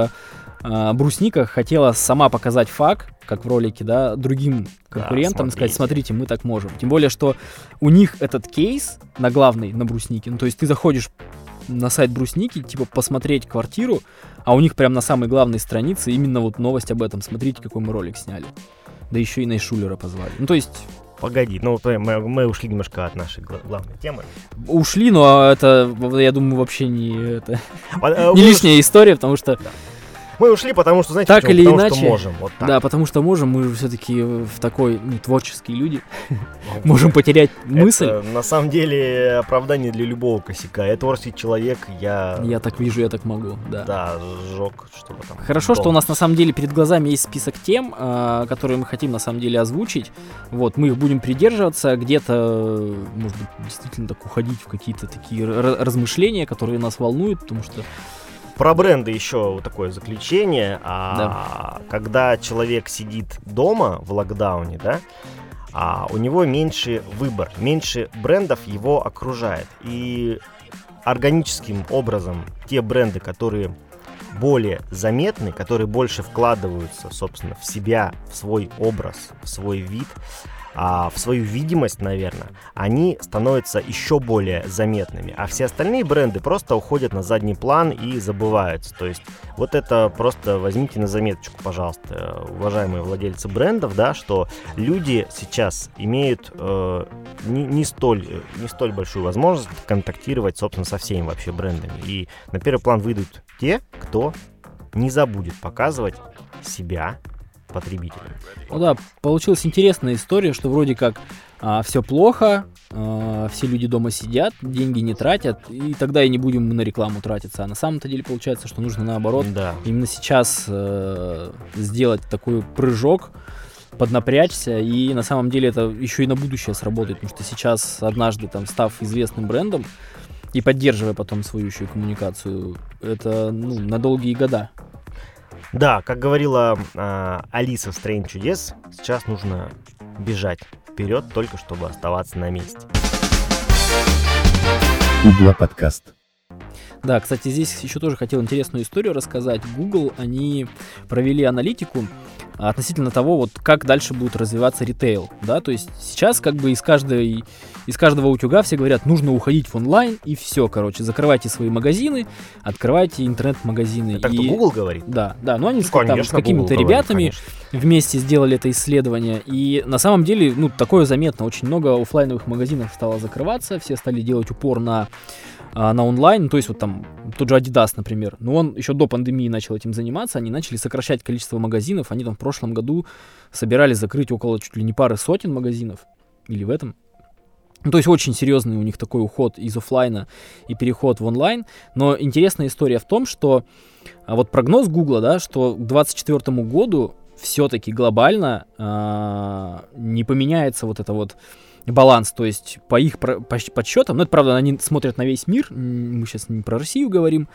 Брусника хотела сама показать факт, как в ролике, да, другим конкурентам, сказать, смотрите, мы так можем. Тем более, что у них этот кейс на Бруснике, то есть ты заходишь на сайт Брусники, посмотреть квартиру, а у них прям на самой главной странице именно вот новость об этом. Смотрите, какой мы ролик сняли. Да еще и Найшулера позвали. Ну, то есть... Погоди, мы ушли немножко от нашей главной темы. Ушли, но это, я думаю, вообще не лишняя история, потому что... Да. Мы ушли, потому что, знаете, так или иначе, что можем. Вот так. Да, потому что можем, мы же все-таки в такой творческие люди, можем потерять мысль. Это, на самом деле, оправдание для любого косяка. Я творческий человек, Я так вижу, я так могу, да. Да, сжег что-то там. Хорошо, что у нас на самом деле перед глазами есть список тем, которые мы хотим на самом деле озвучить. Вот, мы их будем придерживаться, где-то, может быть, действительно так уходить в какие-то такие размышления, которые нас волнуют, потому что... Про бренды еще такое заключение. Когда человек сидит дома в локдауне, да, у него меньше выбор, меньше брендов его окружает. И органическим образом те бренды, которые более заметны, которые больше вкладываются, собственно, в себя, в свой образ, в свой вид, в свою видимость, наверное, они становятся еще более заметными. А все остальные бренды просто уходят на задний план и забываются. То есть вот это просто возьмите на заметочку, пожалуйста, уважаемые владельцы брендов, да, что люди сейчас имеют не столь большую возможность контактировать, собственно, со всеми вообще брендами. И на первый план выйдут те, кто не забудет показывать себя потребителям. Ну да, получилась интересная история, что вроде как все плохо, все люди дома сидят, деньги не тратят, и тогда и не будем мы на рекламу тратиться. А на самом-то деле получается, что нужно наоборот, именно сейчас сделать такой прыжок, поднапрячься, и на самом деле это еще и на будущее сработает, потому что сейчас, однажды там став известным брендом и поддерживая потом свою еще и коммуникацию, это на долгие года. Да, как говорила Алиса в «Стране чудес», сейчас нужно бежать вперед, только чтобы оставаться на месте. Угла подкаст. Да, кстати, здесь еще тоже хотел интересную историю рассказать. Google, они провели аналитику относительно того, вот как дальше будет развиваться ритейл, да, то есть сейчас как бы из каждого утюга все говорят, нужно уходить в онлайн, и все, короче, закрывайте свои магазины, открывайте интернет-магазины. Это кто, Google говорит? Да, но они конечно, там с какими-то Google ребятами говорит, вместе сделали это исследование, и на самом деле, такое заметно, очень много офлайновых магазинов стало закрываться, все стали делать упор на онлайн, то есть вот там тот же Adidas, например, он еще до пандемии начал этим заниматься, они начали сокращать количество магазинов, они там в прошлом году собирались закрыть около чуть ли не пары сотен магазинов, или в этом. То есть очень серьезный у них такой уход из офлайна и переход в онлайн, но интересная история в том, что вот прогноз Гугла, да, что к 2024 году все-таки глобально не поменяется вот это вот баланс, то есть по их подсчетам, это правда, они смотрят на весь мир, мы сейчас не про Россию говорим,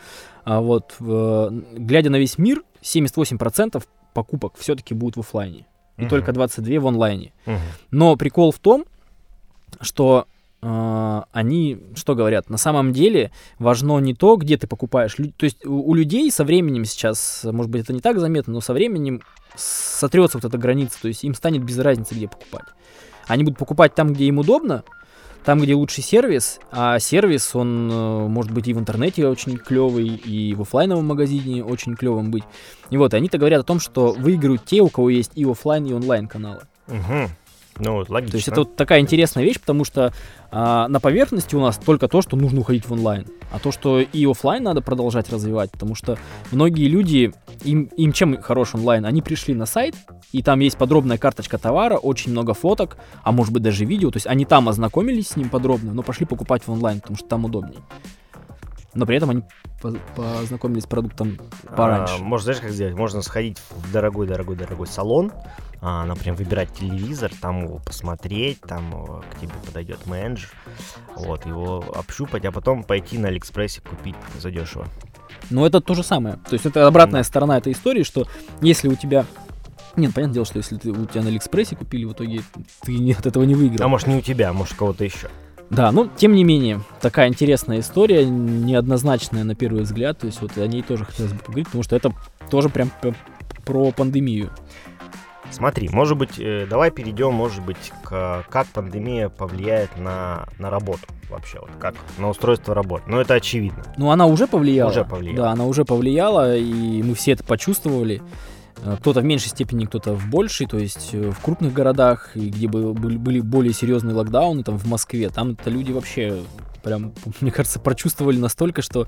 глядя на весь мир, 78% покупок все-таки будут в офлайне, и только 22% в онлайне. Но прикол в том, что они, что говорят, на самом деле важно не то, где ты покупаешь, то есть у людей со временем сейчас, может быть, это не так заметно, но со временем сотрется вот эта граница, то есть им станет без разницы, где покупать. Они будут покупать там, где им удобно, там, где лучший сервис, а сервис, он может быть и в интернете очень клевый, и в офлайновом магазине очень клевым быть. И вот, они-то говорят о том, что выиграют те, у кого есть и офлайн, и онлайн каналы. Логично. То есть это вот такая интересная вещь, потому что на поверхности у нас только то, что нужно уходить в онлайн, а то, что и офлайн надо продолжать развивать, потому что многие люди, им чем хорош онлайн? Они пришли на сайт, и там есть подробная карточка товара, очень много фоток, а может быть даже видео, то есть они там ознакомились с ним подробно, но пошли покупать в онлайн, потому что там удобнее. Но при этом они познакомились с продуктом пораньше. Можно, знаешь, как сделать? Можно сходить в дорогой салон, например, выбирать телевизор, там его посмотреть, там к тебе подойдет менеджер, его общупать, а потом пойти на Алиэкспрессе купить задешево. Но это то же самое. То есть это обратная сторона этой истории, что если у тебя... Нет, понятное дело, что если у тебя на Алиэкспрессе купили, в итоге ты от этого не выиграл. А может не у тебя, может у кого-то еще. Да, тем не менее, такая интересная история, неоднозначная на первый взгляд, то есть вот о ней тоже хотелось бы поговорить, потому что это тоже прям про пандемию. Смотри, может быть, давай перейдем, может быть, как пандемия повлияет на работу вообще, как на устройство работы. Это очевидно. Она уже повлияла. Да, она уже повлияла, и мы все это почувствовали. Кто-то в меньшей степени, кто-то в большей, то есть в крупных городах, где были более серьезные локдауны, там в Москве, там-то люди вообще прям, мне кажется, прочувствовали настолько, что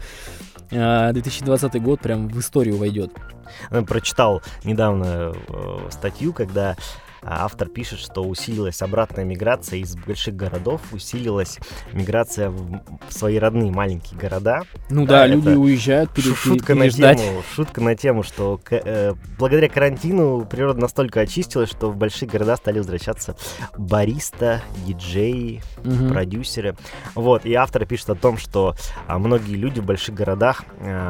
2020 год прям в историю войдет. Прочитал недавно статью, когда автор пишет, что усилилась обратная миграция из больших городов, усилилась миграция в свои родные маленькие города. Люди уезжают переждать. Шутка на тему, что благодаря карантину природа настолько очистилась, что в большие города стали возвращаться бариста, диджеи, продюсеры. И автор пишет о том, что многие люди в больших городах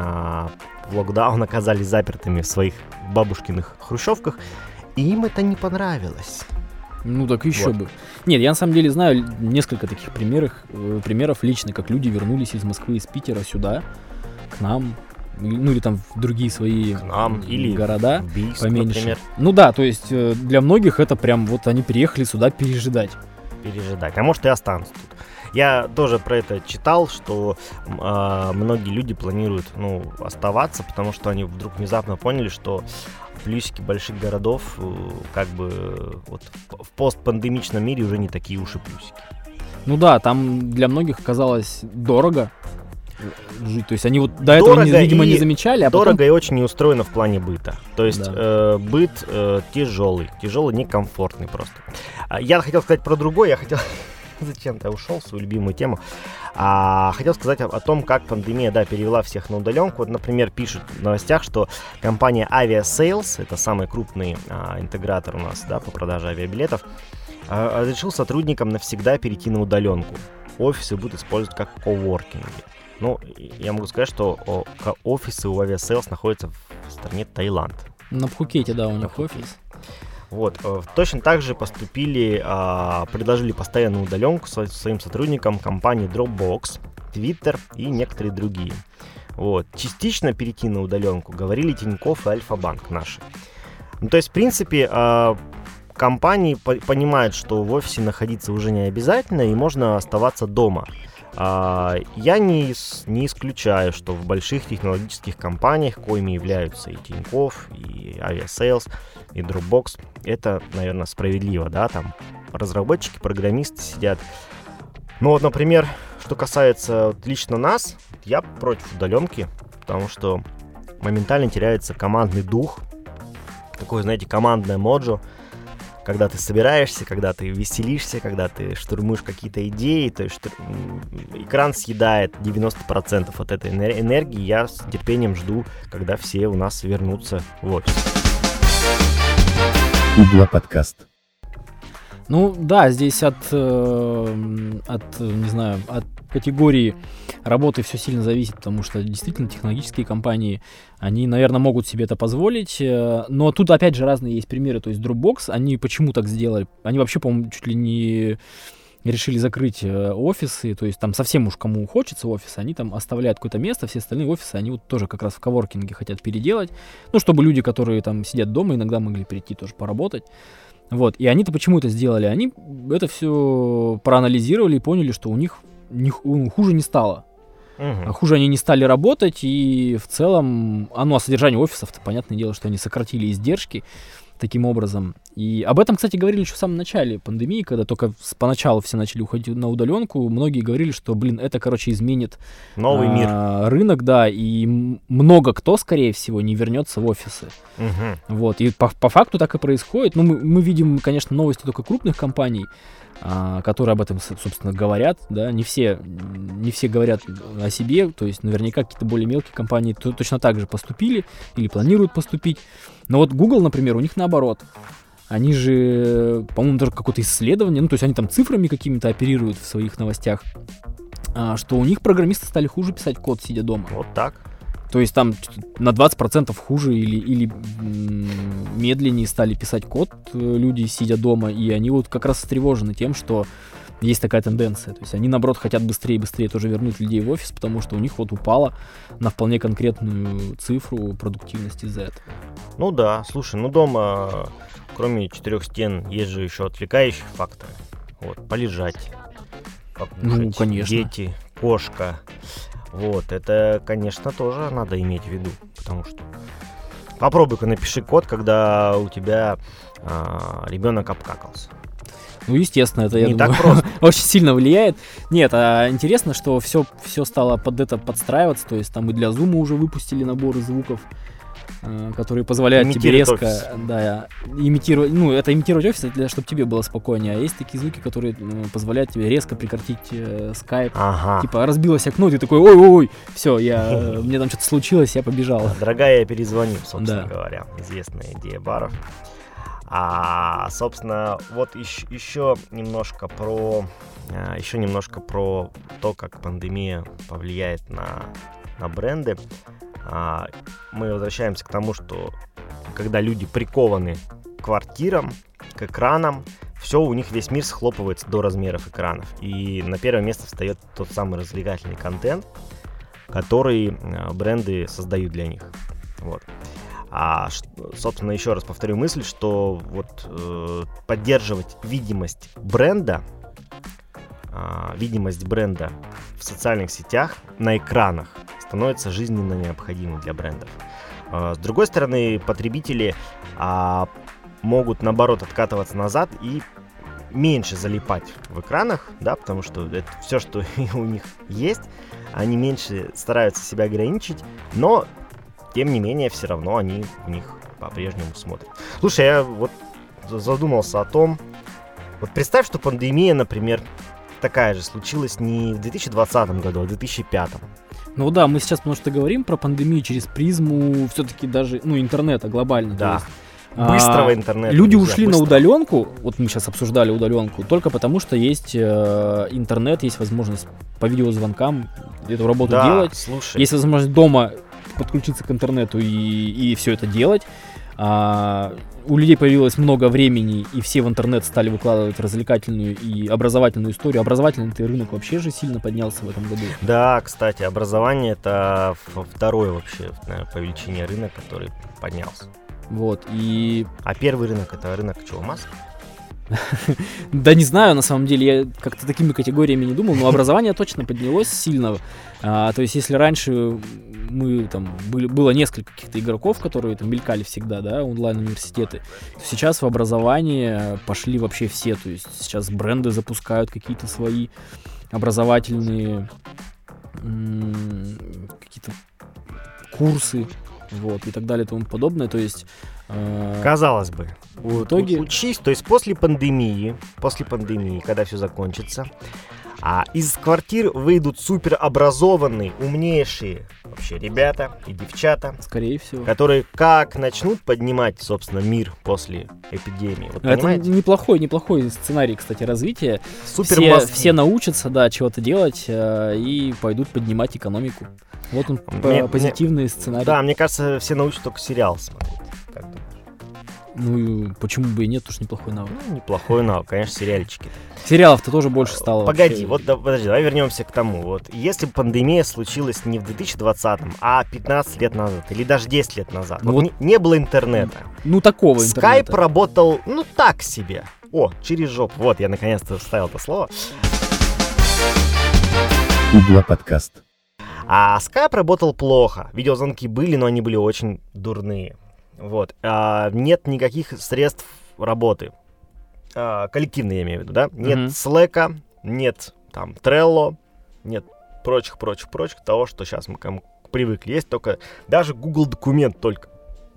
в локдаун оказались запертыми в своих бабушкиных хрущевках, и им это не понравилось. Ну так еще Вот. бы. Нет, я на самом деле знаю несколько таких примеров лично, как люди вернулись из Москвы, из Питера сюда, к нам, ну или там в другие свои К нам или города в Бийск, поменьше. например, Ну да, то есть для многих это прям вот они переехали сюда пережидать. пережидать. А может и останутся тут. Я тоже про это читал, что многие люди планируют оставаться, потому что они вдруг внезапно поняли, что плюсики больших городов как бы вот в постпандемичном мире уже не такие уж и плюсики. Ну да, там для многих оказалось дорого жить. То есть они вот до этого, видимо, не замечали, а дорого потом... и очень неустроено в плане быта. То есть Да. быт тяжелый, некомфортный просто. Я хотел сказать про другое, я хотел... Зачем-то я ушел в свою любимую тему. Хотел сказать о том, как пандемия, перевела всех на удаленку. Вот, например, пишут в новостях, что компания Aviasales, это самый крупный интегратор у нас, по продаже авиабилетов, разрешил сотрудникам навсегда перейти на удаленку. Офисы будут использовать как коворкинги. Ну, я могу сказать, что офисы у Aviasales находятся в стране Таиланд. На Пхукете, да, у них офис. Вот, точно так же предложили постоянную удаленку своим сотрудникам компании Dropbox, Twitter и некоторые другие. Вот, частично перейти на удаленку говорили Тинькофф и Альфа-банк наши. Ну, то есть, в принципе, компании понимают, что в офисе находиться уже не обязательно и можно оставаться дома. Я не исключаю, что в больших технологических компаниях, коими являются и Тинькофф, и Aviasales, и Dropbox, это, наверное, справедливо, там разработчики, программисты сидят. Ну вот, например, что касается лично нас, я против удаленки, потому что моментально теряется командный дух, такое, знаете, командное моджо, когда ты собираешься, когда ты веселишься, когда ты штурмуешь какие-то идеи, то есть экран съедает 90% от этой энергии. Я с терпением жду, когда все у нас вернутся в офис. Угла подкаст. Ну да, здесь от категории работы все сильно зависит, потому что действительно технологические компании, они, наверное, могут себе это позволить, но тут опять же разные есть примеры, то есть Dropbox, они почему так сделали? Они вообще, по-моему, чуть ли не решили закрыть офисы, то есть там совсем уж кому хочется офис, они там оставляют какое-то место, все остальные офисы, они вот тоже как раз в коворкинге хотят переделать, ну, чтобы люди, которые там сидят дома, иногда могли прийти тоже поработать. Вот, и они-то почему это сделали? Они это все проанализировали и поняли, что у них хуже не стало. Хуже они не стали работать, и в целом, содержание офисов-то, понятное дело, что они сократили издержки таким образом. И об этом, кстати, говорили еще в самом начале пандемии, когда только поначалу все начали уходить на удаленку, многие говорили, что, это, изменит новый мир. Рынок, да, и много кто, скорее всего, не вернется в офисы. Вот, и по факту так и происходит. Ну, мы видим, конечно, новости только крупных компаний, которые об этом, собственно, говорят, да, не все говорят о себе, то есть наверняка какие-то более мелкие компании точно так же поступили или планируют поступить. Но вот Google, например, у них наоборот. Они же, по-моему, даже какое-то исследование, то есть они там цифрами какими-то оперируют в своих новостях, что у них программисты стали хуже писать код, сидя дома. Вот так. То есть там на 20% хуже или медленнее стали писать код люди, сидя дома, и они вот как раз встревожены тем, что есть такая тенденция. То есть они, наоборот, хотят быстрее и быстрее тоже вернуть людей в офис, потому что у них вот упала на вполне конкретную цифру продуктивность из-за этого. Ну да, слушай, дома, кроме 4 стен, есть же еще отвлекающие факторы. Вот, полежать, покушать, конечно. Дети, кошка. Вот, это, конечно, тоже надо иметь в виду, потому что... Попробуй-ка напиши код, когда у тебя ребенок обкакался. Ну, естественно, это, я не думаю, так просто. очень сильно влияет. Нет, интересно, что все стало под это подстраиваться, то есть там и для Zoom уже выпустили наборы звуков, которые позволяют тебе резко имитировать, это имитировать офис, чтобы тебе было спокойнее, а есть такие звуки, которые позволяют тебе резко прекратить скайп, типа разбилось окно, ты такой, ой, все, мне там что-то случилось, я побежал. Дорогая, я перезвоню, собственно говоря, известная идея баров. Собственно, вот еще немножко про то, как пандемия повлияет на бренды. Мы возвращаемся к тому, что когда люди прикованы к квартирам, к экранам, все у них весь мир схлопывается до размеров экранов. И на первое место встает тот самый развлекательный контент, который бренды создают для них. Вот. Собственно, еще раз повторю мысль, что поддерживать видимость бренда в социальных сетях, на экранах, становится жизненно необходимым для брендов. С другой стороны, потребители могут, наоборот, откатываться назад и меньше залипать в экранах, да, потому что это все, что у них есть, они меньше стараются себя ограничить, но, тем не менее, все равно они в них по-прежнему смотрят. Слушай, я задумался о том, представь, что пандемия, например, такая же случилась не в 2020 году, а в 2005. Ну да, мы сейчас, потому что говорим про пандемию через призму все-таки даже, интернета глобально. Да. Быстрого интернета. Люди ушли на удаленку, вот мы сейчас обсуждали удаленку, только потому что есть интернет, есть возможность по видеозвонкам эту работу делать. Слушай. Есть возможность дома подключиться к интернету и все это делать. У людей появилось много времени, и все в интернет стали выкладывать развлекательную и образовательную историю. Образовательный рынок вообще же сильно поднялся в этом году. Да, кстати, образование — это второй вообще, наверное, по величине рынок, который поднялся. Вот, А первый рынок — это рынок чего, Маска? Да не знаю, на самом деле, я как-то такими категориями не думал, но образование точно поднялось сильно. То есть, если раньше было несколько каких-то игроков, которые там мелькали всегда, да, онлайн-университеты, то сейчас в образование пошли вообще все. То есть сейчас бренды запускают какие-то свои образовательные какие-то курсы, и так далее и тому подобное. То есть казалось бы, в итоге учись, то есть после пандемии, когда все закончится, из квартир выйдут суперобразованные, умнейшие вообще ребята и девчата, скорее всего, которые как начнут поднимать, собственно, мир после эпидемии. Это неплохой сценарий, кстати, развития. Все научатся, чего-то делать и пойдут поднимать экономику. Вот он, позитивный сценарий. Да, мне кажется, все научатся только сериал смотреть. Почему бы и нет, уж неплохой навык. Неплохой навык, конечно, сериальчики. Сериалов-то тоже больше стало. Подожди, давай вернемся к тому. Если бы пандемия случилась не в 2020-м, а 15 лет назад, или даже 10 лет назад, не было интернета. Такого интернета. Skype работал, так себе. Через жопу. Я наконец-то вставил это слово. Угла подкаст. А Skype работал плохо. Видеозвонки были, но они были очень дурные. Нет никаких средств работы. Коллективные, я имею в виду, да? Нет Slack'а, нет Trello, нет прочих, того, что сейчас мы привыкли. Есть только даже Google документ только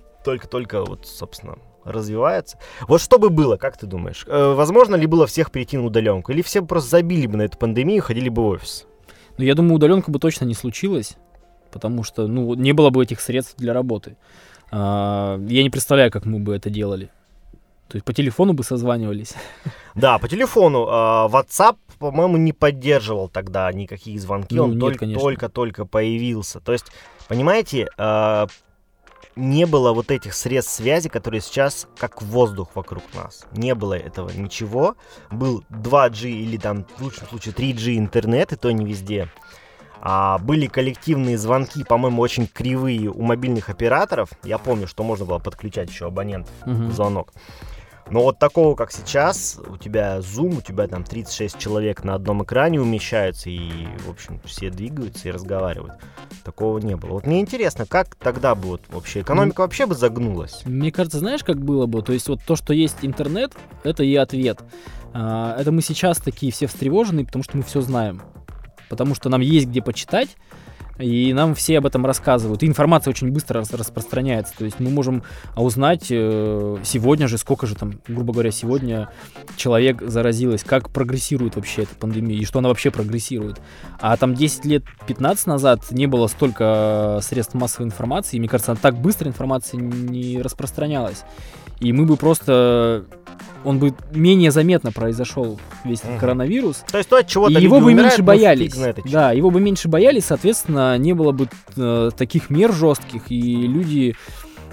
собственно, развивается. Что бы было, как ты думаешь? Возможно ли было всех перейти на удаленку? Или все просто забили бы на эту пандемию и ходили бы в офис? Я думаю, удаленка бы точно не случилась, потому что, не было бы этих средств для работы. Я не представляю, как мы бы это делали. То есть по телефону бы созванивались. Да, по телефону. WhatsApp, по-моему, не поддерживал тогда никаких звонки. Он только появился. То есть, понимаете, не было этих средств связи, которые сейчас как воздух вокруг нас. Не было этого ничего. Был 2G или в лучшем случае 3G интернет, и то не везде. Были коллективные звонки, по-моему, очень кривые у мобильных операторов. Я помню, что можно было подключать еще абонентов в звонок. Но такого, как сейчас, у тебя Zoom, у тебя 36 человек на одном экране умещаются, и, в общем, все двигаются и разговаривают. Такого не было. Мне интересно, как тогда бы вообще экономика вообще бы загнулась? Мне кажется, знаешь, как было бы? То есть то, что есть интернет, это и ответ. Это мы сейчас такие все встревоженные, потому что мы все знаем. Потому что нам есть где почитать, и нам все об этом рассказывают. И информация очень быстро распространяется. То есть мы можем узнать сегодня же, сколько же грубо говоря, сегодня человек заразилось, как прогрессирует вообще эта пандемия, и что она вообще прогрессирует. А 10 лет, 15 назад не было столько средств массовой информации, и мне кажется, так быстро информация не распространялась. И мы бы просто... Он бы менее заметно произошел весь этот коронавирус. То есть от чего-то и его бы меньше боялись. Да, его бы меньше боялись, соответственно, не было бы таких мер жестких, и люди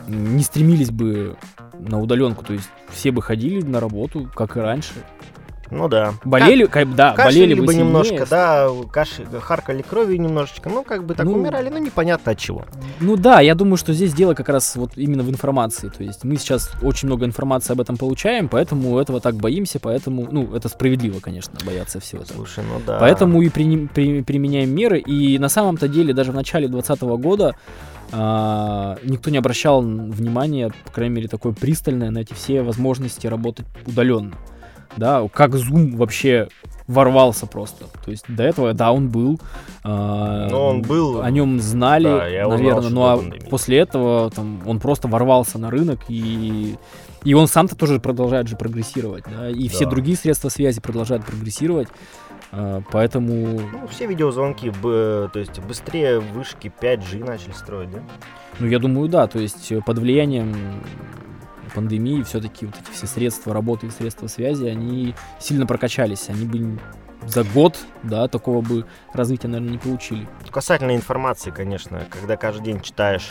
не стремились бы на удаленку, то есть все бы ходили на работу, как и раньше. Ну да. Болели, болели бы сильнее. Немножко, да, харкали кровью немножечко, так умирали, непонятно от чего. Ну да, я думаю, что здесь дело как раз вот именно в информации, то есть мы сейчас очень много информации об этом получаем, поэтому этого так боимся, поэтому, это справедливо, конечно, бояться всего этого. Слушай, да. Поэтому и применяем меры, и на самом-то деле даже в начале 2020 года никто не обращал внимания, по крайней мере, такое пристальное на эти все возможности работать удаленно. Да, как Zoom вообще ворвался просто. То есть до этого, да, он был. Он был. О нем знали, да, наверное. После этого он просто ворвался на рынок, и он сам-то тоже продолжает же прогрессировать. Да, и все другие средства связи продолжают прогрессировать. Поэтому... все видеозвонки, то есть быстрее вышки 5G начали строить, да? Я думаю, да. То есть под влиянием пандемии все-таки вот эти все средства работы и средства связи, они сильно прокачались. Они бы за год, да, такого бы развития, наверное, не получили. Касательно информации, конечно, когда каждый день читаешь,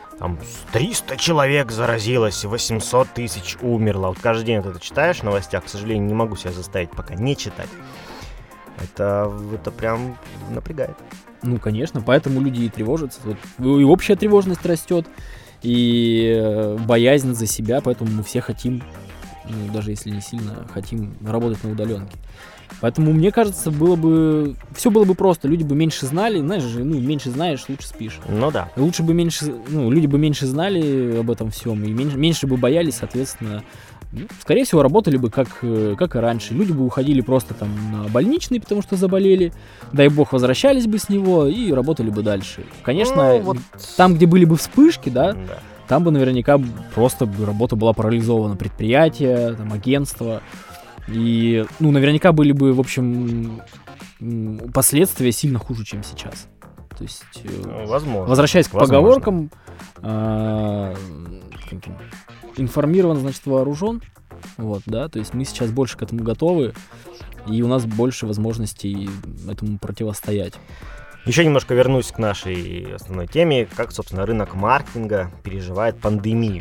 300 человек заразилось, 800 тысяч умерло. Вот каждый день это читаешь в новостях, к сожалению, не могу себя заставить пока не читать. Это прям напрягает. Конечно, поэтому люди и тревожатся. И общая тревожность растет, и боязнь за себя, поэтому мы все хотим, даже если не сильно, хотим работать на удаленке. Поэтому, мне кажется, все было бы просто, люди бы меньше знали, знаешь же, меньше знаешь, лучше спишь. Да. Лучше бы люди бы меньше знали об этом всем, и меньше бы боялись, соответственно, скорее всего, работали бы как и раньше. Люди бы уходили просто на больничный, потому что заболели, дай бог, возвращались бы с него и работали бы дальше. Конечно, там, где были бы вспышки, да, там бы наверняка просто работа была парализована, предприятия, агентства. И, наверняка были бы, в общем, последствия сильно хуже, чем сейчас. То есть, возможно. Возвращаясь к поговоркам, информирован, значит, вооружен. То есть мы сейчас больше к этому готовы, и у нас больше возможностей этому противостоять. Еще немножко вернусь к нашей основной теме, как, собственно, рынок маркетинга переживает пандемию.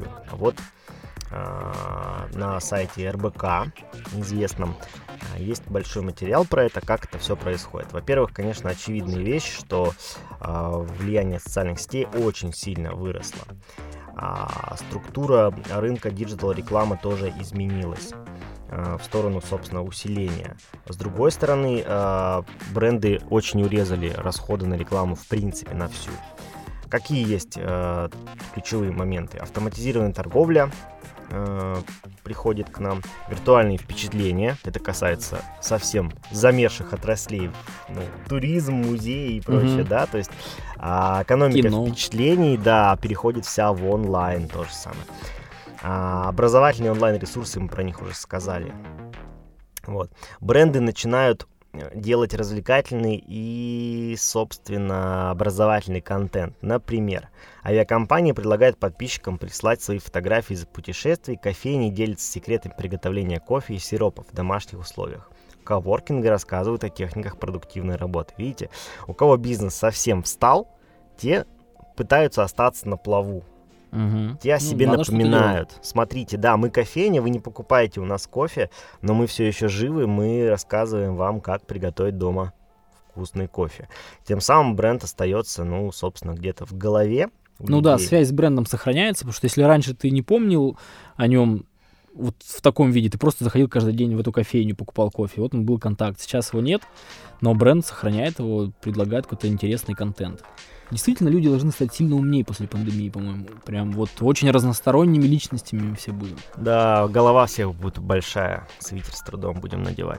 На сайте РБК, известном, есть большой материал про это, как это все происходит. Во-первых, конечно, очевидная вещь, что влияние социальных сетей очень сильно выросло. Структура рынка диджитал-рекламы тоже изменилась в сторону, собственно, усиления. С другой стороны, бренды очень урезали расходы на рекламу в принципе на всю. Какие есть ключевые моменты? Автоматизированная торговля приходит к нам, виртуальные впечатления, это касается совсем замерших отраслей, туризм, музеи и прочее, да, то есть экономика впечатлений, да, переходит вся в онлайн, то же самое. Образовательные онлайн-ресурсы, мы про них уже сказали. Бренды начинают делать развлекательный и, собственно, образовательный контент. Например, авиакомпания предлагает подписчикам прислать свои фотографии из путешествий, кофейни делятся секретами приготовления кофе и сиропов в домашних условиях. Коворкинги рассказывают о техниках продуктивной работы. Видите, у кого бизнес совсем встал, те пытаются остаться на плаву. Те о себе напоминают. Смотрите, да, мы кофейня, вы не покупаете у нас кофе, но мы все еще живы, мы рассказываем вам, как приготовить дома вкусный кофе. Тем самым бренд остается, собственно, где-то в голове. Да, связь с брендом сохраняется, потому что если раньше ты не помнил о нем вот в таком виде, ты просто заходил каждый день в эту кофейню, покупал кофе, он был контакт. Сейчас его нет, но бренд сохраняет его, предлагает какой-то интересный контент. Действительно, люди должны стать сильно умнее после пандемии, по-моему. Прям очень разносторонними личностями все будут. Да, голова всех будет большая. Свитер с трудом будем надевать.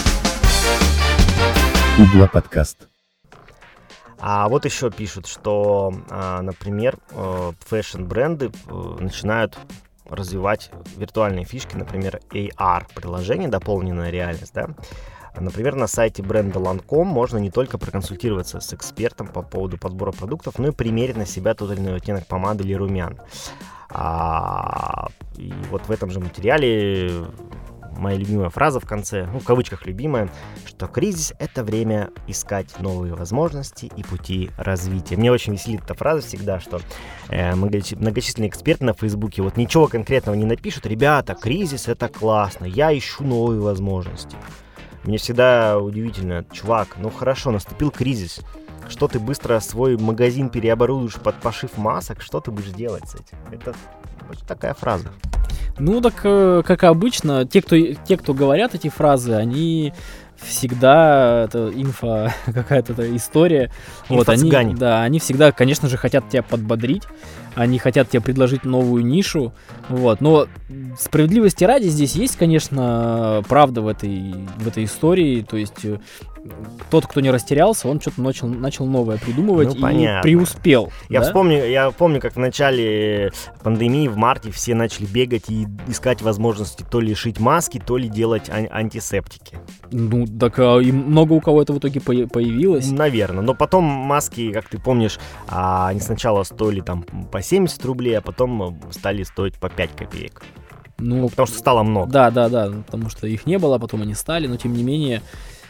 Угла подкаст. Еще пишут, что, например, фэшн-бренды начинают развивать виртуальные фишки, например, AR-приложение, дополненная реальность, да. Например, на сайте бренда Lancome можно не только проконсультироваться с экспертом по поводу подбора продуктов, но и примерить на себя тот или иной оттенок помады или румян. И в этом же материале моя любимая фраза в конце, в кавычках любимая, что кризис — это время искать новые возможности и пути развития. Мне очень веселит эта фраза всегда, что многочисленные эксперты на Фейсбуке вот ничего конкретного не напишут. Ребята, кризис — это классно, я ищу новые возможности. Мне всегда удивительно, чувак, хорошо, наступил кризис. Что ты быстро свой магазин переоборудуешь под пошив масок? Что ты будешь делать с этим? Это вот такая фраза. Так, как обычно, те, кто говорят эти фразы, они всегда, это какая-то история. Они всегда, конечно же, хотят тебя подбодрить, они хотят тебе предложить новую нишу, но справедливости ради здесь есть, конечно, правда в этой истории, то есть тот, кто не растерялся, он что-то начал новое придумывать и преуспел. Я помню, как в начале пандемии, в марте, все начали бегать и искать возможности то ли шить маски, то ли делать антисептики. Так и много у кого это в итоге появилось. Наверное, но потом маски, как ты помнишь, они сначала стоили там по 70 рублей, а потом стали стоить по 5 копеек. Потому что стало много. Да, потому что их не было, а потом они стали, но тем не менее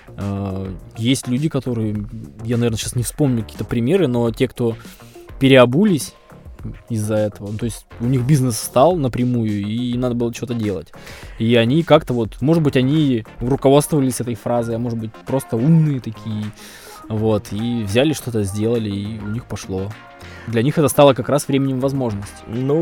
есть люди, которые, я, наверное, сейчас не вспомню какие-то примеры, но те, кто переобулись из-за этого, то есть у них бизнес встал напрямую, и надо было что-то делать. И они как-то может быть, они руководствовались этой фразой, а может быть, просто умные такие, и взяли что-то, сделали, и у них пошло. Для них это стало как раз временем возможностей.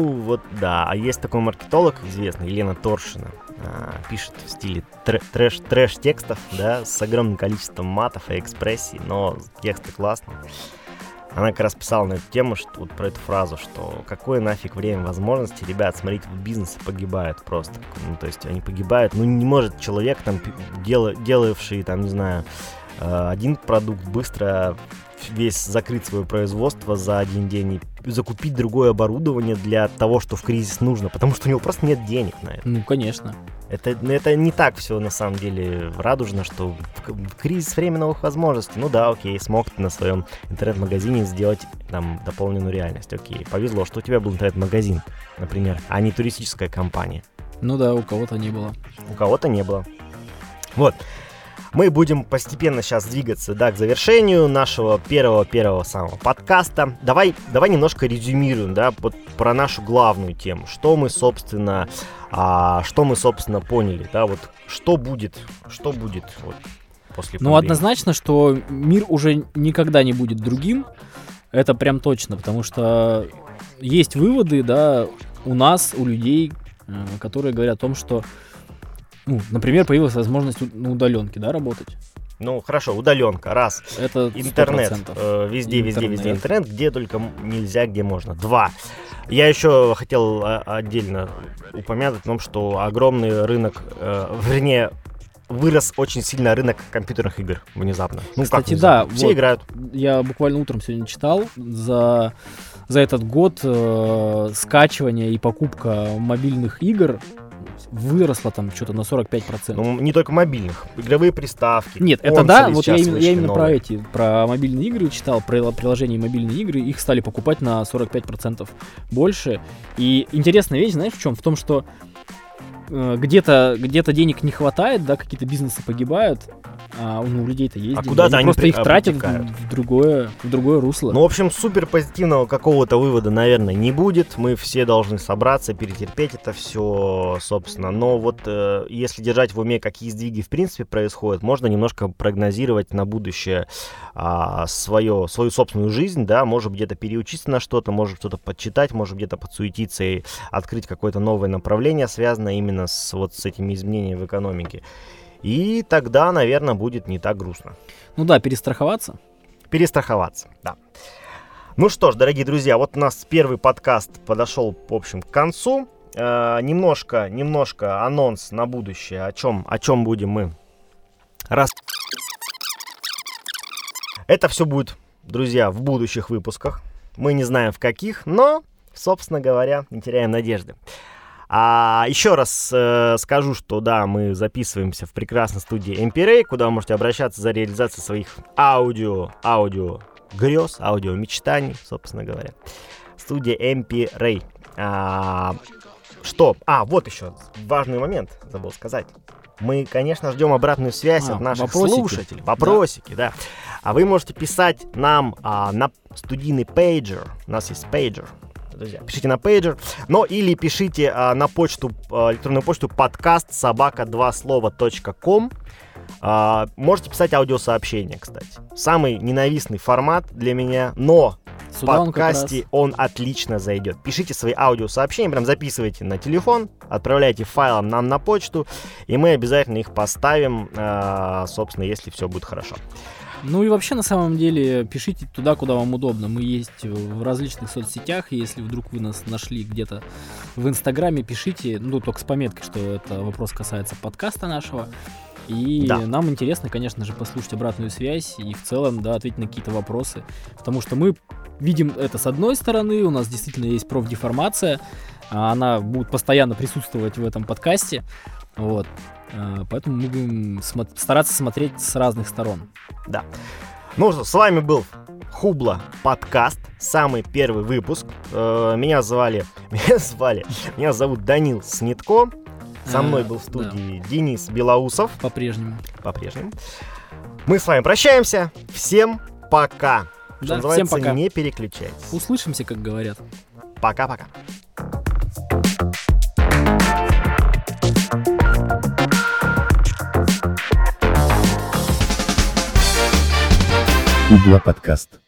А есть такой маркетолог известный, Елена Торшина, пишет в стиле трэш-текстов, да, с огромным количеством матов и экспрессий, но тексты классные. Она как раз писала на эту тему, что про эту фразу, что какое нафиг время возможностей, ребят, смотрите, бизнесы погибают просто. То есть они погибают, не может человек, делавший, не знаю, один продукт быстро весь закрыть свое производство за один день и закупить другое оборудование для того, что в кризис нужно, потому что у него просто нет денег на это. Конечно. Это не так все на самом деле радужно, что в кризис время новых возможностей. Окей, смог ты на своем интернет-магазине сделать дополненную реальность. Окей, повезло, что у тебя был интернет-магазин, например, а не туристическая компания. У кого-то не было. У кого-то не было. Мы будем постепенно сейчас двигаться, к завершению нашего первого самого подкаста. Давай немножко резюмируем, про нашу главную тему. Что мы, собственно, поняли, что будет после пандемии. Однозначно, что мир уже никогда не будет другим. Это прям точно, потому что есть выводы, у нас, у людей, которые говорят о том, что например, появилась возможность на удаленке, работать. Хорошо, удаленка, раз. Это 100%. Интернет, везде интернет, где только нельзя, где можно. 2. Я еще хотел отдельно упомянуть о том, что огромный рынок, вырос очень сильно рынок компьютерных игр внезапно. Кстати, все играют. Я буквально утром сегодня читал, за этот год скачивание и покупка мобильных игр выросло что-то на 45%. Не только мобильных, игровые приставки. Нет, это я именно про мобильные игры читал, про приложения мобильные игры, их стали покупать на 45% больше. И интересная вещь, знаешь, в чем? В том, что где-то денег не хватает, какие-то бизнесы погибают, а у людей-то есть деньги. Куда-то они просто их тратят в другое русло. В общем, супер позитивного какого-то вывода, наверное, не будет. Мы все должны собраться, перетерпеть это все, собственно. Но если держать в уме, какие сдвиги в принципе происходят, можно немножко прогнозировать на будущее свою собственную жизнь, может где-то переучиться на что-то, может что-то подчитать, может где-то подсуетиться и открыть какое-то новое направление, связанное именно с этими изменениями в экономике. И тогда, наверное, будет не так грустно. Перестраховаться. Перестраховаться, да. Что ж, дорогие друзья, у нас первый подкаст подошел, в общем, к концу. Немножко анонс на будущее, о чем будем мы Это все будет, друзья, в будущих выпусках. Мы не знаем в каких, но, собственно говоря, не теряем надежды. Еще раз скажу, что мы записываемся в прекрасной студии MP-Ray, куда вы можете обращаться за реализацией своих аудио грез, аудио мечтаний, собственно говоря. Студия MP-Ray. что? Вот еще важный момент, забыл сказать. Мы, конечно, ждем обратную связь от наших слушателей. Вопросики, да. А вы можете писать нам на студийный пейджер. У нас есть пейджер. Друзья, пишите на пейджер. Или пишите на почту, электронную почту podcast@2slova.com. Можете писать аудиосообщения, кстати. Самый ненавистный формат для меня, но в подкасте он отлично зайдет. Пишите свои аудиосообщения, прям записывайте на телефон, отправляйте файлом нам на почту, и мы обязательно их поставим, собственно, если все будет хорошо. Ну и вообще, на самом деле, пишите туда, куда вам удобно. Мы есть в различных соцсетях, и если вдруг вы нас нашли где-то в Инстаграме, пишите, только с пометкой, что это вопрос касается подкаста нашего. И нам интересно, конечно же, послушать обратную связь и в целом, ответить на какие-то вопросы. Потому что мы видим это с одной стороны, у нас действительно есть профдеформация, она будет постоянно присутствовать в этом подкасте. Вот. Поэтому мы будем стараться смотреть с разных сторон. Да. Ну что, с вами был Хубла подкаст, самый первый выпуск. Меня зовут Данил Снитко. Со мной был в студии Денис Белоусов. По-прежнему. Мы с вами прощаемся. Всем пока. Что называется, всем пока. Не переключайтесь. Услышимся, как говорят. Пока-пока. Хубла подкаст.